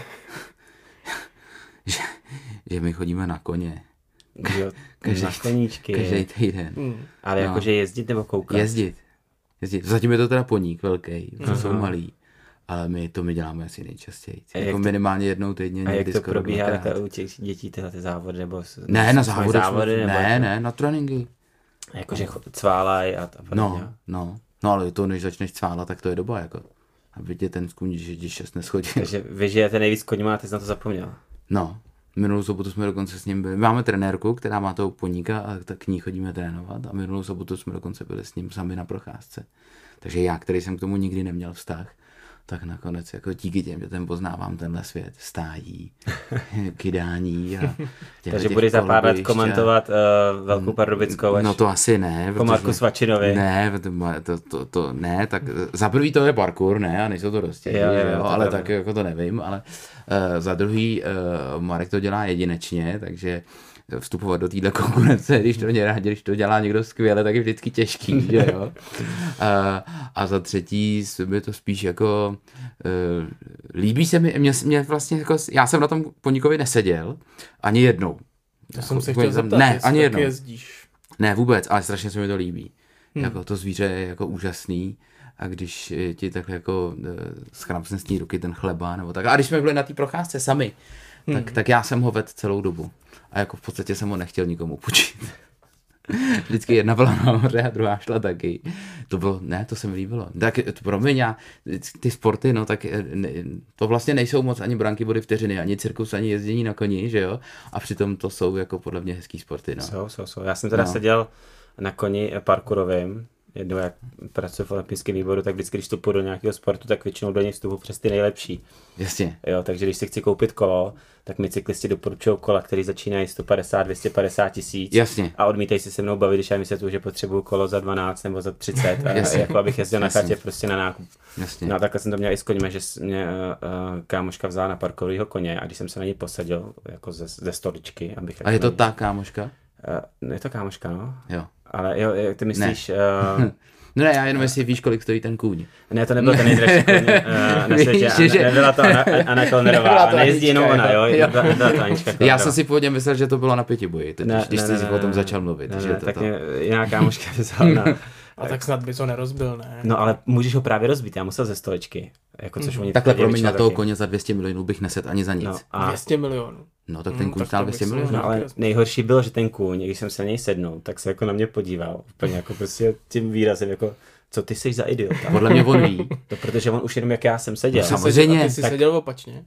že my chodíme na koně. Každý týden. Ale no. jakože jezdit nebo koukat? Jezdit. Zatím je to teda poník velký, to jsou malý. Ale my děláme asi nejčastěji. Jako minimálně jednou týdně. A jak to probíhá u těch dětí tyhle ty závody? Nebo ne, na závody. Nebo ne, na tréninky. Jakože cválaj a podobně. No, ale to, než začneš cválat, tak to je doba, jako. Aby tě ten kůň, že ti šest neschodí. Takže vy žijete nejvíc koňma a ty jsi na to zapomněl. No, minulou sobotu jsme dokonce s ním byli. Máme trenérku, která má toho poníka a tak k ní chodíme trénovat a minulou sobotu jsme dokonce byli s ním sami na procházce. Takže já, který jsem k tomu nikdy neměl vztah, tak nakonec jako díky těm dětem poznávám tenhle svět, stájí, kydání a takže budeš za pár let komentovat Velkou Pardubickou až no to asi ne. Po Marku Svačinovi. Ne, to ne, tak za prvý to je parkour, ne, a nejsou to dosti, jo, ale tak jako to nevím, ale za druhý Marek to dělá jedinečně, takže vstupovat do téhle konkurence, když to dělá někdo skvěle, tak je vždycky těžký, že jo. A za třetí mi to spíš jako líbí se mě vlastně jako, já jsem na tom poníkovi neseděl ani jednou. To jsem se chtěl zeptat, ne, ani jednou. Jezdíš. Ne, vůbec, ale strašně se mi to líbí. Jako to zvíře je jako úžasný a když ti takhle jako schramsne z té ruky ten chleba nebo tak. A když jsme byli na té procházce sami, tak já jsem ho vedl celou dobu. A jako v podstatě jsem ho nechtěl nikomu půjčit. Vždycky jedna byla nahoře a druhá šla taky. To se mi líbilo. Tak promiň, ty sporty, no tak to vlastně nejsou moc ani branky, body, vteřiny, ani cirkus, ani jezdění na koni, že jo? A přitom to jsou jako podle mě hezký sporty, no. Jsou. Já jsem teda seděl na koni parkourovým. Jednou, jak pracuji v olympijském výboru, tak vždycky, když vstupuji do nějakého sportu, tak většinou do něj vstupu přes ty nejlepší. Jasně. Jo, takže když si chci koupit kolo, tak mi cyklisti doporučují kola, který začínají 150, 250 tisíc. Jasně. A odmítají si se mnou bavit, když já vysvětluji, že potřebuju kolo za 12 nebo za 30, a jako abych jezdil na chatě prostě na nákup. Jasně. No a takhle jsem to měl i s koňmi, že mě kámoška vzala na parkourovýho koně a když jsem se na něj posadil jako ze stoličky, abych... A je to ta kámoška? Je to kámoška, no. Jo. Ale jo, ty myslíš... No ne, já jenom jestli víš, kolik stojí ten kůň. Ne, to nebyl ten nejdražší kůň na světě. Nebyla to Anna Kolnerová. A nejezdí jenom ona, jo. Byla to Anička Kolnerová. Já jsem si původně myslel, že to bylo na Pětiboji, když jsi si o tom začal mluvit. Tak jiná kámoška vzala na... A tak snad by to nerozbil, ne? No ale můžeš ho právě rozbít, já musel ze stoličky. Jako, což oni takhle promiň, na toho koně za 200 milionů bych neset ani za nic. No, a... 200 milionů. No tak ten kůň stál 200 milionů. No ale nejhorší bylo, že ten kůň, když jsem se na něj sednul, tak se jako na mě podíval. Úplně jako prostě tím výrazem, jako co ty jsi za idiota? Podle mě on ví. To protože on už jenom jak já jsem seděl. No, samozřejmě. A ty jsi seděl opačně.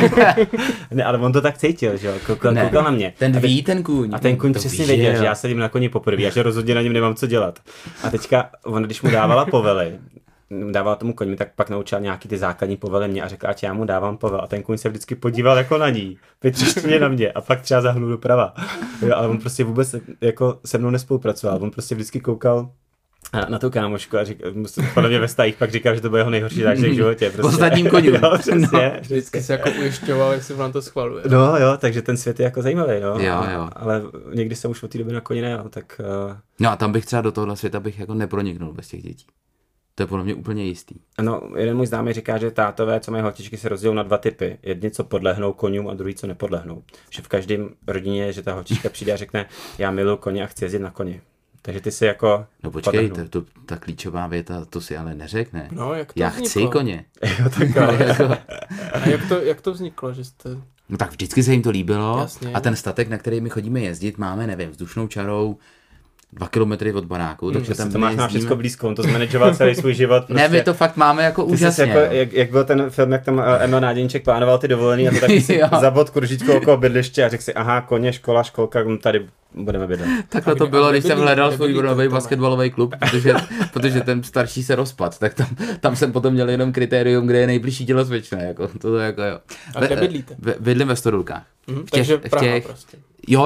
Ne, ale on to tak cítil, že jo, koukal na mě. Ten ví, ten kůň. A ten kůň přesně věděl, že já sedím na koni poprvé a že rozhodně na něm nemám co dělat. A teďka on, když mu dávala povely, dával tomu koňmi, tak pak naučil nějaký ty základní povely mě a řekl, ať já mu dávám povel. A ten kůň se vždycky podíval jako na ní, vytřeštěně na mě a pak třeba zahnul doprava. Jo, ale on prostě vůbec jako se mnou nespolupracoval. On prostě vždycky koukal na tu kámošku a říkal, podle mě ve stájích pak říkal, že to byl jeho nejhorší zážitek v životě. Prostě. Ostatním koním. Jo, přesně, No, vždycky se jako ujišťoval, jak si vám to schvaluje. No jo, takže ten svět je jako zajímavý, no. Jo. Ale někdy jsem už od té doby na koni nejel, tak... No a tam bych třeba do tohohle světa bych jako neproniknul bez těch dětí. To je podle mě úplně jistý. No, jeden můj známý říká, že tátové, co mají holčičky, se rozdělou na 2 typy. Jedni, co podlehnou koňům a druhý, co nepodlehnou. Že v každém rodině, že ta holčička přijde a řekne, já miluji koně a chci jezdit na koni. Takže ty si jako No počkej, ta klíčová věta, to si ale neřekne. No, jak to já vzniklo? chci koně. Jo, tak Jako- A jak to vzniklo, že jste... No tak vždycky se jim to líbilo. Jasně. A ten statek, na který my chodíme jezdit, máme, nevím, vzdušnou čarou 2 kilometry od baráku, takže tam to máš jezdíme. všechno blízko, on to zmanageoval celý svůj život. Ne, my to fakt máme jako Ty jsi úžasně. jako, jak byl ten film, jak tam Emil Náděníček plánoval ty dovolený a to taky si Jo. zabod kružičkou okolo bydliště a řekl si, aha, koně, škola, školka, tady budeme bydlet. Takhle A to kde- bylo, a když kde jsem bydlí- hledal kde svůj bydlíte nový tam? basketbalový klub, protože ten starší se rozpad, tak tam jsem potom měl jenom kritérium, kde je nejbližší tělocvičné, jako to jako jo. A kde bydlíte? Bydlím ve Stodulkách. Takže Praha prostě. Jo,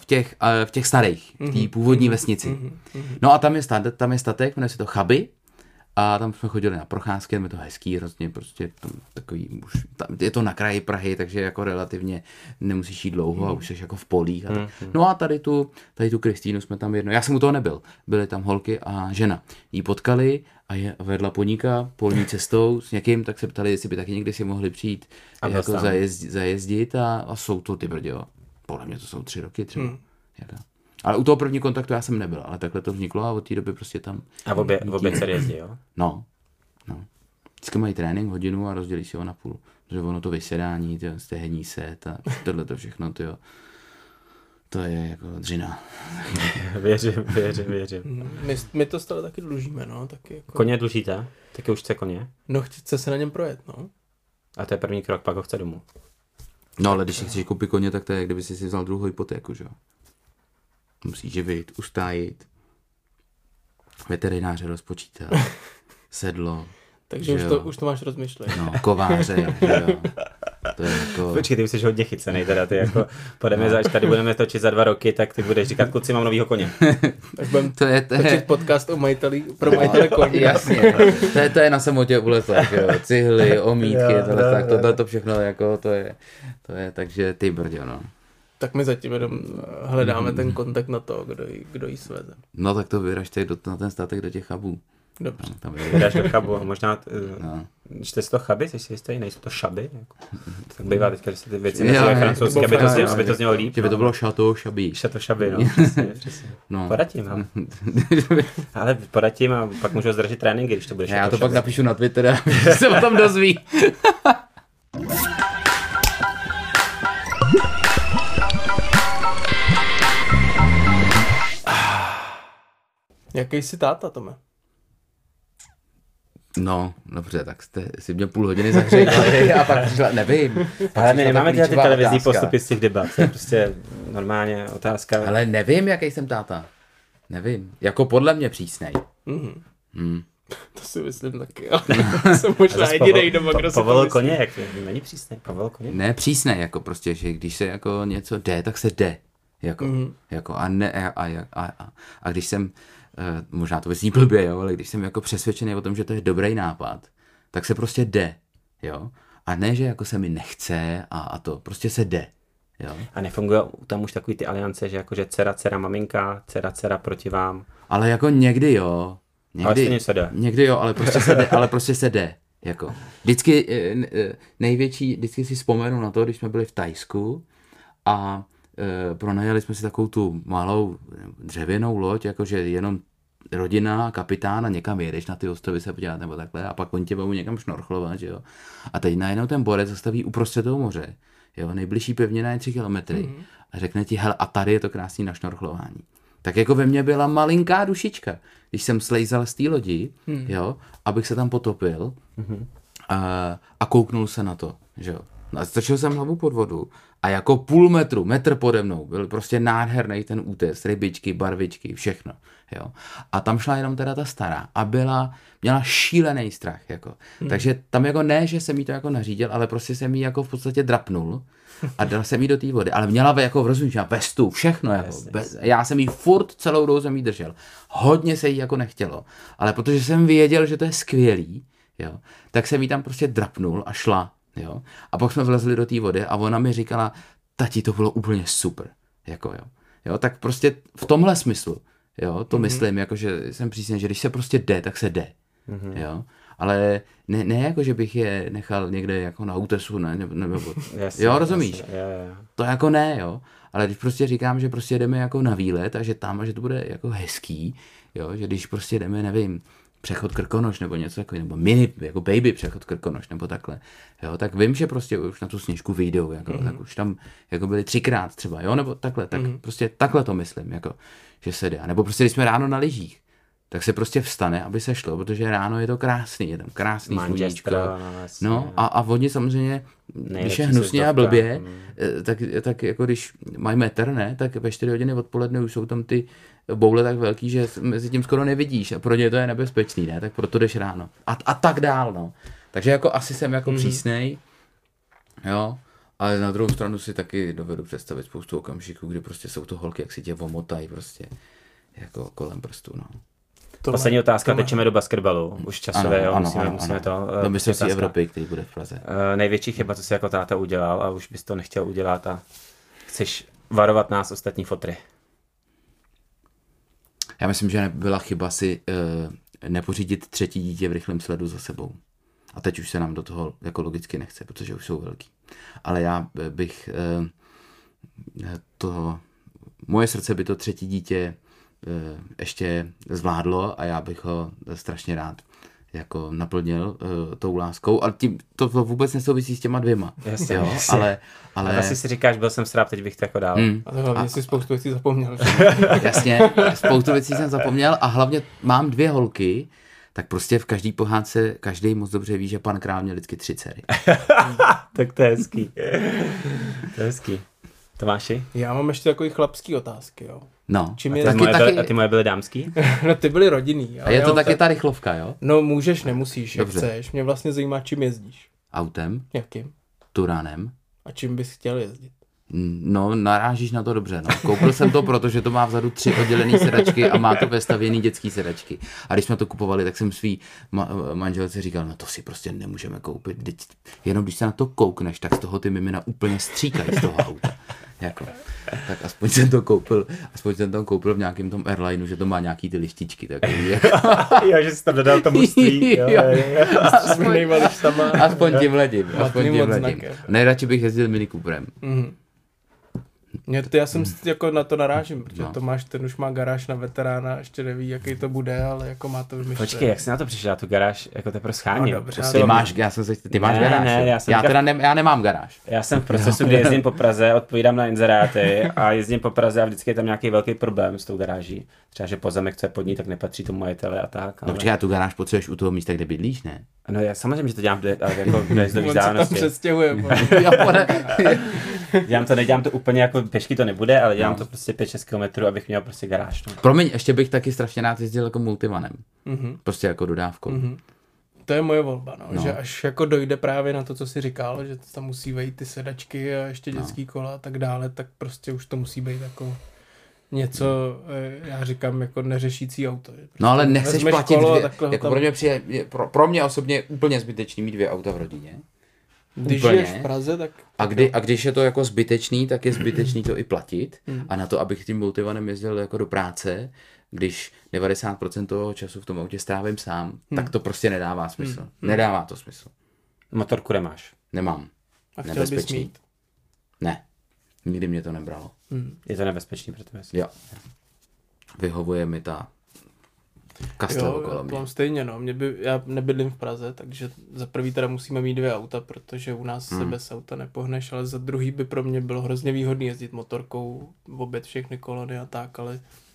v těch starých, v té původní vesnici. No a tam je statek, jmenuje se to Chaby. A tam jsme chodili na procházky, je to hezký, hrozně prostě takový už, je to na kraji Prahy, takže jako relativně nemusíš jít dlouho a už jsi jako v polích. A tak. No a tady tu Kristýnu jsme tam já jsem u toho nebyl, byly tam holky a žena. Jí potkali a je vedla poníka polní cestou s někým, tak se ptali, jestli by taky někdy si mohli přijít A jako sám. zajezdit a jsou to ty brďo. Podle mě to jsou 3 roky třeba. Jako. Ale u toho první kontaktu já jsem nebyl, ale takhle to vzniklo a od té doby prostě tam... A v obě dcery jezdí, jo? No. Vždycky mají trénink hodinu a rozdělí si ho na půl. Protože ono to vysedání, stehenní set a tohle to všechno, to je jako dřina. Věřím. My to stále taky dlužíme, no. Taky jako... Koně dlužíte? Taky už chce koně? No, chce se na něm projet, no. A to je první krok, pak ho chce domů. No ale když si chceš koupit koně, tak to je, kdyby si vzal druhou hypotéku, že jo. Musíš živit, ustájit, veterináře rozpočítat, sedlo, Takže že už to máš rozmyšlet. no, kováře, že jo. To je jako... Počkej, ty už jsi hodně chycenej teda, ty jako, až tady budeme točit za 2 roky, tak ty budeš říkat, kluci, mám novýho koně. Tak budeme To je točit podcast o pro majitele koní. Jasně, to je na samotě u letech, jo. Cihly, omítky, tohle všechno, jako to je, takže ty brďo, no. Tak my zatím jenom hledáme ten kontakt na to, kdo jí sveze. No tak to vyražte na ten statek do těch Chabů. Dobře. No, tam Vydáš do Chabu a možná, no. čte si to Chaby, jsi si jistý, nejsou to Šaby? Jako. Tak bývá teďka, že se ty věci Jo, nazývají jo, francouzsky, aby to znělo líp. Že by to bylo Chateau Chabí. To Šaby, no. Přesně. No. Poradím, ale. Ale poradím a pak můžu zdržet tréninky, když to budeš. Já to pak napíšu na Twitter, aby se o tom dozví. Jaký jsi táta, Tome? No, dobře, tak jste si mě půl hodiny zahřejvali a pak přišla, nevím. Ale my nemáme ty klíčová televizní otázka. postupy z těch debat, to je prostě normálně otázka. Ale nevím, jaký jsem táta. Nevím. Jako podle mě přísnej. To si myslím taky, ale jsem možná jedinej doma, kdo si to Pavel myslí. Koně, jak není přísný, Pavel Koně. Ne přísnej, jako prostě, že když se jako něco jde, tak se jde. Jako a když jsem, možná to vyzní blbě, jo, ale když jsem jako přesvědčený o tom, že to je dobrý nápad, tak se prostě jde, jo. A ne, že jako se mi nechce a to, prostě se jde, jo. A nefungují tam už takový ty aliance, že jakože dcera, maminka, dcera proti vám. Ale jako někdy jo. Ale stejně se jde. Někdy jo, ale prostě se jde. Jako. Vždycky vždycky si vzpomenu na to, když jsme byli v Thajsku a pronajali jsme si takovou tu malou dřevěnou loď, jakože jenom rodina, kapitán a někam jedeš na ty ostrovy se podívat nebo takhle a pak oni tě budou někam šnorchlovat, že jo. A teď najednou ten borec zastaví uprostřed toho moře, jo, nejbližší pevnina je 3 kilometry a řekne ti, hele, a tady je to krásný na šnorchlování. Tak jako ve mně byla malinká dušička, když jsem slejzal z té lodi, jo, abych se tam potopil a kouknul se na to, že jo. A strčil jsem hlavu pod vodu a jako půl metru, metr pode mnou, byl prostě nádherný ten útes, rybičky, barvičky, všechno, jo. A tam šla jenom teda ta stará a měla šílený strach, jako. Takže tam jako ne, že jsem jí to jako nařídil, ale prostě jsem jí jako v podstatě drapnul a dal jsem jí do té vody, ale měla jako, rozumíš, vestu, všechno, jako. Já jsem jí furt celou dobu jsem jí držel. Hodně se jí jako nechtělo, ale protože jsem věděl, že to je skvělý, jo, tak jsem jí tam prostě drapnul a šla. Jo? A pak jsme vlezli do té vody a ona mi říkala, tati, to bylo úplně super. Jako, jo, tak prostě v tomhle smyslu, jo, to myslím, jako, že jsem přísně, že když se prostě jde, tak se jde. Jo? Ale ne jako, že bych je nechal někde jako na útesu, nebo Jasně, jo, rozumíš? Jasně, jo. To jako ne, jo. Ale když prostě říkám, že prostě jdeme jako na výlet a že tam a že to bude jako hezký, jo, že když prostě jdeme, nevím, přechod Krkonoš nebo něco takového, nebo mini, jako baby přechod Krkonoš, nebo takhle, jo, tak vím, že prostě už na tu Sněžku vyjdou, jako, tak už tam jako byli 3krát třeba, jo, nebo takhle, tak prostě takhle to myslím, jako, že se dá, nebo prostě když jsme ráno na lyžích, tak se prostě vstane, aby se šlo, protože ráno je to krásný, je tam krásný sluníčko, no a oni samozřejmě, když je hnusně a blbě, tak jako když mají metr, ne, tak ve 4 hodiny odpoledne už jsou tam ty boule tak velký, že mezi tím skoro nevidíš a pro ně to je nebezpečný, ne, tak proto jdeš ráno. A tak dál, no. Takže jako asi jsem jako přísnej, jo, ale na druhou stranu si taky dovedu představit spoustu okamžiků, kdy prostě jsou to holky, jak si tě omotají prostě jako kolem prstů, no. Poslední otázka, tečeme do basketbalu, už časově, jo, musíme to. Do mistrovství Evropy, který bude v Praze. Největší chyba, co jsi jako táta udělal a už bys to nechtěl udělat a chceš varovat nás ostatní fotry. Já myslím, že byla chyba si nepořídit 3. dítě v rychlém sledu za sebou. A teď už se nám do toho jako logicky nechce, protože už jsou velký. Ale já bych moje srdce by to 3. dítě ještě zvládlo a já bych ho strašně rád jako naplnil tou láskou, ale tím to vůbec nesouvisí s těma 2. Jasně, jo? jasně. Ale asi si říkáš, byl jsem sráp, teď bych to jako dál. Ale hlavně si spoustu věcí zapomněl. Jasně, spoustu věcí jsem zapomněl a hlavně mám 2 holky, tak prostě v každý pohádce každý moc dobře ví, že pan král měl vždycky 3 dcery. Tak to je hezký. To je hezký. Tomáši? Já mám ještě takový chlapský otázky, jo. No. A ty moje byly dámský? No ty byly rodinný. A je to taky ta rychlovka, jo? No můžeš, nemusíš, jak Dobře. chceš. Mě vlastně zajímá, čím jezdíš. Autem, Jakým? Turanem. A čím bys chtěl jezdit? No, narážíš na to dobře, no. Koupil jsem to, protože to má vzadu 3 oddělené sedačky a má to vestavěný dětský sedačky. A když jsme to kupovali, tak jsem svý manželce říkal, no to si prostě nemůžeme koupit. Jenom když se na to koukneš, tak z toho ty mimina úplně stříkají z toho auta. Jako. Tak aspoň jsem to koupil v nějakém tom airlineu, že to má nějaký ty lištičky. Takový, jako. Jo, že jsi tam dodal to mužství. Aspoň tímhle tím. Nejradši bych jezdil Mini Cooperem. Já jsem jako na to narážím, protože Tomáš ten už má garáž na veterána, ještě neví, jaký to bude, ale jako má to už myšlené. Počkej, jak jsi na to přišel? Já tu garáž jako teprve scháním. No, dobře, Ty máš garáž. Já nemám garáž. Já jsem v procesu, kdy jezdím po Praze, odpovídám na inzeráty a jezdím po Praze a vždycky je tam nějaký velký problém s tou garáží. Třeba, že pozemek, co je pod ní, tak nepatří tomu majiteli a tak. Ale... No počkej, tu garáž potřebuješ u toho místa, kde bydlíš, ne? No já samozřejmě, že to dělám jako do vzdálenosti. Nedělám to úplně jako pěšky to nebude, ale dělám to prostě 5-6 kilometrů, abych měl prostě garáž. No. Promiň, ještě bych taky strašně rád jezdil jako multivanem. Prostě jako dodávkou. To je moje volba, no. Že až jako dojde právě na to, co jsi říkal, že tam musí vejít ty sedačky a ještě dětský kola a tak dále, tak prostě už to musí být jako něco, já říkám, jako neřešící auto. Prostě no ale nechceš platit jako tam... pro mě osobně je úplně zbytečný mít 2 auta v rodině. Když žiješ v Praze, tak... A když je to jako zbytečný, tak je zbytečný to i platit. A na to, abych tím multivanem jezdil jako do práce, když 90% toho času v tom autě strávím sám, tak to prostě nedává smysl. Nedává to smysl. Motorku nemáš? Nemám. A chtěl bys mít? Ne. Nikdy mě to nebralo. Je to nebezpečný pro tebe? Jo. Vyhovuje mi ta kastle okolo mě. Jo, stejně, no. Já nebydlím v Praze, takže za prvý teda musíme mít 2 auta, protože u nás se bez auta nepohneš, ale za druhý by pro mě bylo hrozně výhodný jezdit motorkou, objet všechny kolony a tak, ale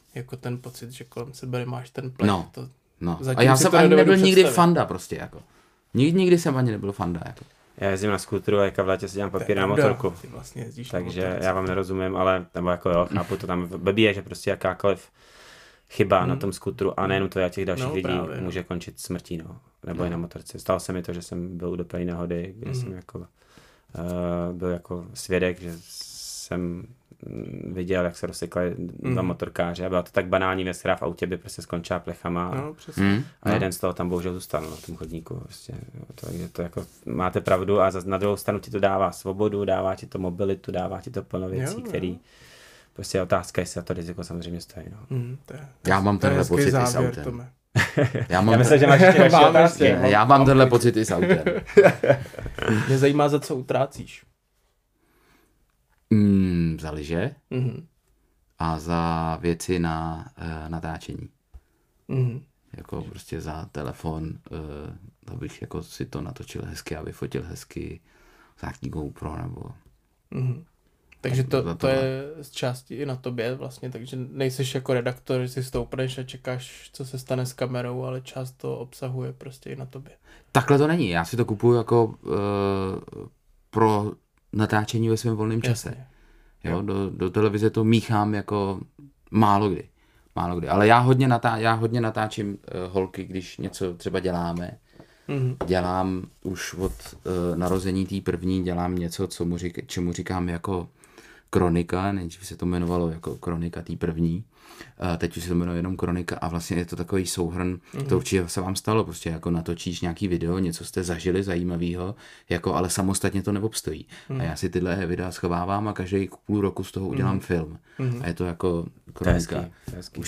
Jako ten pocit, že kolem sebe nemáš ten plech. No. To, No. A zatím já si jsem to ani nedovedu nebyl nikdy představit. fanda prostě jako. Nikdy jsem ani nebyl fanda jako. Já jezdím na skútru a v létě si dělám papír na pravda, motorku. Ty vlastně jezdíš na Takže motorce. já vám nerozumím, ale nebo jako jo, chápu to tam blbý je, že prostě jakákoliv chyba na tom skútru a nejenom to těch dalších No, lidí právě, může končit smrtí, no. Nebo i na motorce. Stalo se mi to, že jsem byl u dopravní nehody, kde jsem jako byl jako svědek, že jsem viděl, jak se rozsekla dva motorkáři a byla to tak banální věc, která v autě by prostě skončila plechama. No, přesně. A jeden z toho tam bohužel zůstal na tom chodníku. Prostě, takže to jako máte pravdu a na druhou stranu ti to dává svobodu, dává ti to mobilitu, dává ti to plno věcí, který prostě je otázka, jestli to riziko samozřejmě stojí. No. Já mám tenhle pocit i s autem. Tome. Já myslím, že máš ještě další otázky. Já mám tenhle pocit i s autem. Mě zajímá, za co utrácíš. Za lyže a za věci na natáčení. Jako prostě za telefon, abych jako si to natočil hezky a vyfotil hezky za GoPro nebo... Takže to je z části i na tobě vlastně, takže nejseš jako redaktor, že si stoupneš a čekáš, co se stane s kamerou, ale část to obsahuje prostě i na tobě. Takhle to není, já si to kupuju jako pro natáčení ve svém volném čase. Jasně. Jo, do televize to míchám jako málo kdy. Ale já hodně natáčím holky, když něco třeba děláme. Dělám už od narození té první, dělám něco, čemu říkám jako kronika, nejdřív se to jmenovalo jako kronika té první, teď už se to jmenuje jenom kronika a vlastně je to takový souhrn, to určitě se vám stalo, prostě jako natočíš nějaký video, něco jste zažili zajímavého, jako ale samostatně to neobstojí. A já si tyhle videa schovávám a každý půl roku z toho udělám film. A je to jako kronika. Hezký.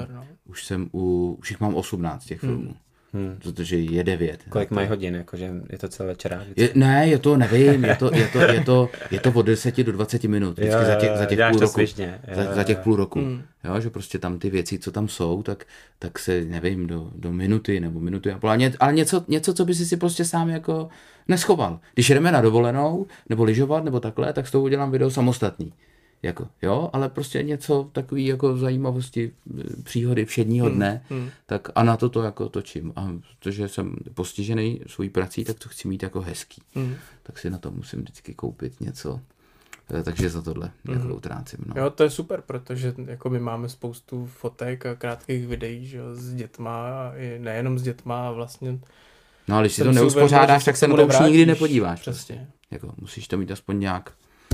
Už jich mám 18 těch filmů. Protože je 9. Kolik mají hodin, jakože je to celé večera? Nevím, je to od 10 do 20 minut, vždycky za těch půl roku. Svižně, Za těch půl roku. Jo, že prostě tam ty věci, co tam jsou, tak se, nevím, do minuty nebo minuty a půl. Ale něco, co by si prostě sám jako neschoval. Když jdeme na dovolenou, nebo lyžovat, nebo takhle, tak s toho udělám video samostatný. Jako, jo, ale prostě něco takový jako zajímavosti, příhody všedního dne, tak a na to jako točím. A protože jsem postižený svojí prací, tak to chci mít jako hezký. Tak si na to musím vždycky koupit něco. Takže za tohle jako utrácím. No. Jo, to je super, protože jako my máme spoustu fotek a krátkých videí, že jo, s dětma, a i nejenom s dětma, a vlastně... No ale když si to neuspořádáš, tak se na to už nikdy nepodíváš. Přesně. Prostě. Jako, musíš to mít aspoň nějak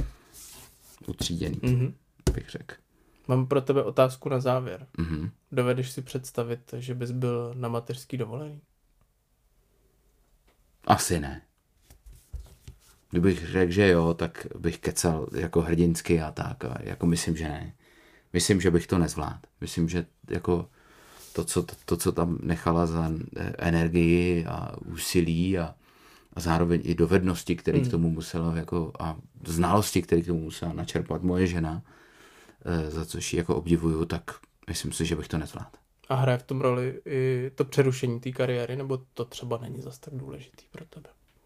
utříděný, bych řekl. Mám pro tebe otázku na závěr. Dovedeš si představit, že bys byl na mateřský dovolený? Asi ne. Kdybych řekl, že jo, tak bych kecal jako hrdinsky a tak. A jako myslím, že ne. Myslím, že bych to nezvládl. Myslím, že jako to, co tam nechala za energii a úsilí a zároveň i dovednosti, které k tomu musela jako, a znalosti, které k tomu musela načerpat moje žena, za což ji jako obdivuju, tak myslím si, že bych to nezvládl. A hraje v tom roli i to přerušení té kariéry, nebo to třeba není zas tak důležitý pro tebe?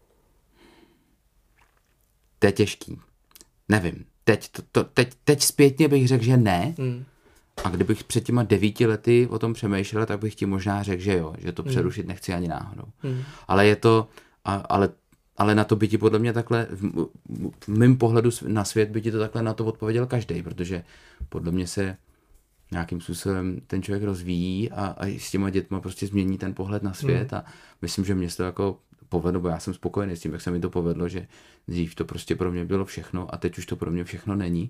To je těžký. Nevím. Teď zpětně bych řekl, že ne. A kdybych před těma 9 lety o tom přemýšlel, tak bych ti možná řekl, že jo, že to přerušit nechci ani náhodou. Ale je to, ale na to by ti podle mě takhle, v mém pohledu na svět by ti to takhle na to odpověděl každý, protože podle mě se nějakým způsobem ten člověk rozvíjí a s těma dětma prostě změní ten pohled na svět a myslím, že mě to jako povedlo, bo já jsem spokojený s tím, jak se mi to povedlo, že dřív to prostě pro mě bylo všechno a teď už to pro mě všechno není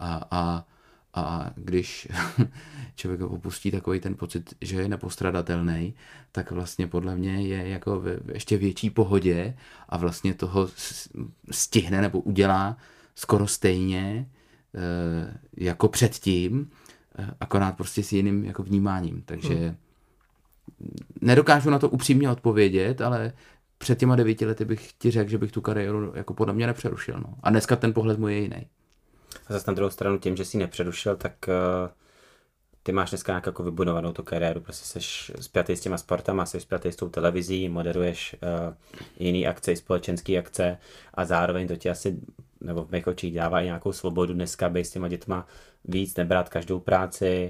a když člověk opustí takový ten pocit, že je nepostradatelný, tak vlastně podle mě je jako v ještě větší pohodě a vlastně toho stihne nebo udělá skoro stejně jako předtím, akorát prostě s jiným jako vnímáním. Takže nedokážu na to upřímně odpovědět, ale před těma 9 lety bych ti řekl, že bych tu kariéru jako podle mě nepřerušil. No. A dneska ten pohled můj je jiný. A zase na druhou stranu tím, že jsi nepřerušil, tak ty máš dneska nějak jako vybudovanou tu kariéru, prostě jsi spjatý s těma sportama, jsi spjatý s tou televizí, moderuješ jiný akce, společenský akce a zároveň to ti asi, nebo v mých očích dává i nějakou svobodu dneska být s těma dětma víc, nebrat každou práci,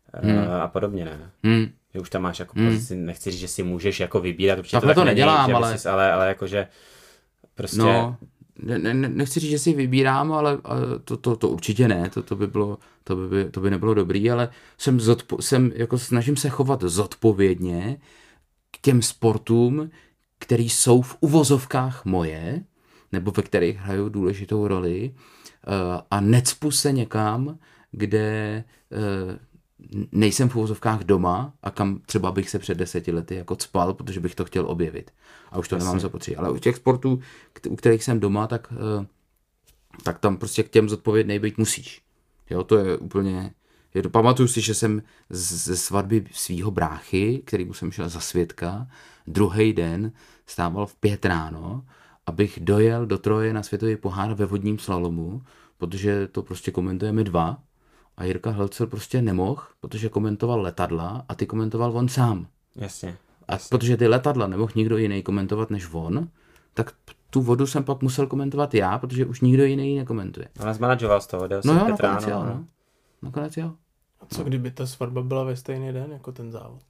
a podobně, ne? Že už tam máš jako pozici, nechci říct, že si můžeš jako vybírat, určitě takhle to tak nedělám, není, ale... ale jakože prostě... No, nechci říct, že si vybírám, ale to určitě ne, to by nebylo dobrý, ale jako snažím se chovat zodpovědně k těm sportům, který jsou v uvozovkách moje, nebo ve kterých hraju důležitou roli, a necpu se někam, kde nejsem v uvozovkách doma a kam třeba bych se před 10 lety jako cpal, protože bych to chtěl objevit. A už to nemám zapotřebí. Ale u těch sportů, u kterých jsem doma, tak tam prostě k těm zodpovědnej být musíš. Jo, to je úplně... Pamatuju si, že jsem ze svatby svýho bráchy, kterýmu jsem šel za svědka, druhý den stával v 5 ráno, abych dojel do Troje na světový pohár ve vodním slalomu, protože to prostě komentujeme 2 a Jirka Helcer prostě nemohl, protože komentoval letadla a ty komentoval on sám. Jasně. A protože ty letadla nemohl nikdo jiný komentovat než on, tak tu vodu jsem pak musel komentovat já, protože už nikdo jiný nekomentuje. Ale zmanažoval z toho, jel No jo, nakonec jo. A co kdyby ta svatba byla ve stejný den jako ten závod?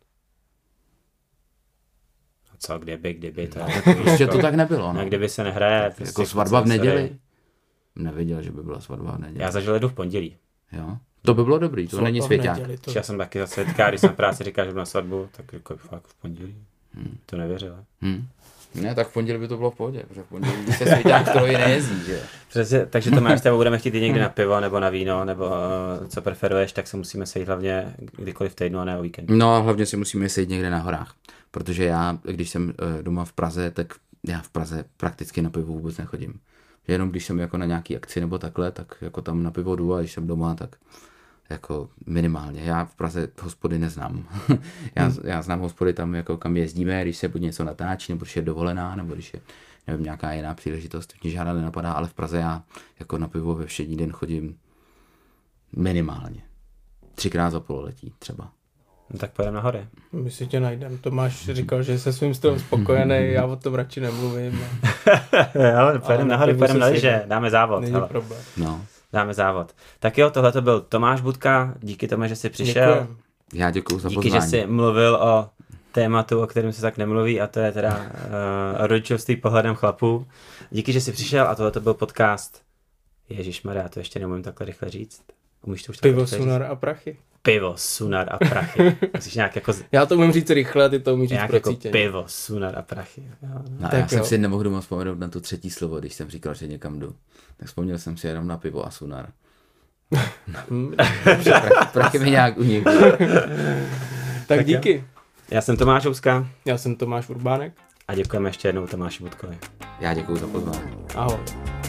A co kdyby to... Prostě to tak nebylo. No. A kdyby se nehraje... Jako svatba v neděli. Nevěděl, že by byla svatba v neděli. Já zažil jedu v pondělí. Jo. To by bylo dobrý, to není svěťák. Já jsem taky za svědka, když jsem v práci říkal, že byl na svatbu, tak jako fakt v pondělí. To nevěřil. Ne, tak v pondělí by to bylo v pohodě, protože v pondělí se svěťák v Troji nejezdí, že? Přesně, takže to máš, s tebou budeme chtít jít někdy na pivo nebo na víno, nebo co preferuješ, tak se musíme sejít hlavně kdykoliv v týdnu a ne o víkendu. No a hlavně si musíme sejít někde na horách, protože já, když jsem doma v Praze, tak já v Praze prakticky na pivo vůbec nechodím. Jenom když jsem jako na nějaký akci nebo takhle, tak jako tam na pivo jdu, a když jsem doma, tak jako minimálně. Já v Praze hospody neznám. Já znám hospody tam, jako kam jezdíme, když se buď něco natáčí, nebo když je dovolená, nebo když je, nevím, nějaká jiná příležitost, mě žádná nenapadá, ale v Praze já jako na pivo ve všední den chodím minimálně. 3krát za pololetí třeba. No tak pojedeme na hory. My si tě najdem. Tomáš říkal, že se svým stylem spokojený, já o tom radši nemluvím. Ale pojedeme na hory, pojedeme na lyže, dáme závod. Není problém. No. Dáme závod. Tak jo, tohle to byl Tomáš Budka, díky tomu, že jsi přišel. Děkujem. Já děkuju za pozvání. Díky, že jsi mluvil o tématu, o kterém se tak nemluví, a to je teda rodičovství pohledem chlapů. Díky, že jsi přišel, a tohle to byl podcast. Ježišmarja, to ještě nemůžu takhle rychle říct. Umíš to už Pivo, sunar a prachy. Pivo, sunar a prachy. Musíš nějak jako... Já to umím říct rychle, ty to umíš říct procítěně. Jako pivo, sunar a prachy. Jo. No, já jsem si nemohl doma vzpomenout na to 3. slovo, když jsem říkal, že někam jdu. Tak vzpomněl jsem si jenom na pivo a sunar. Prachy mi nějak unikly. Tak díky. Já jsem Tomáš Houska. Já jsem Tomáš Urbánek. A děkujeme ještě jednou Tomáši Budkovi. Já děkuju za pozvání. Ahoj.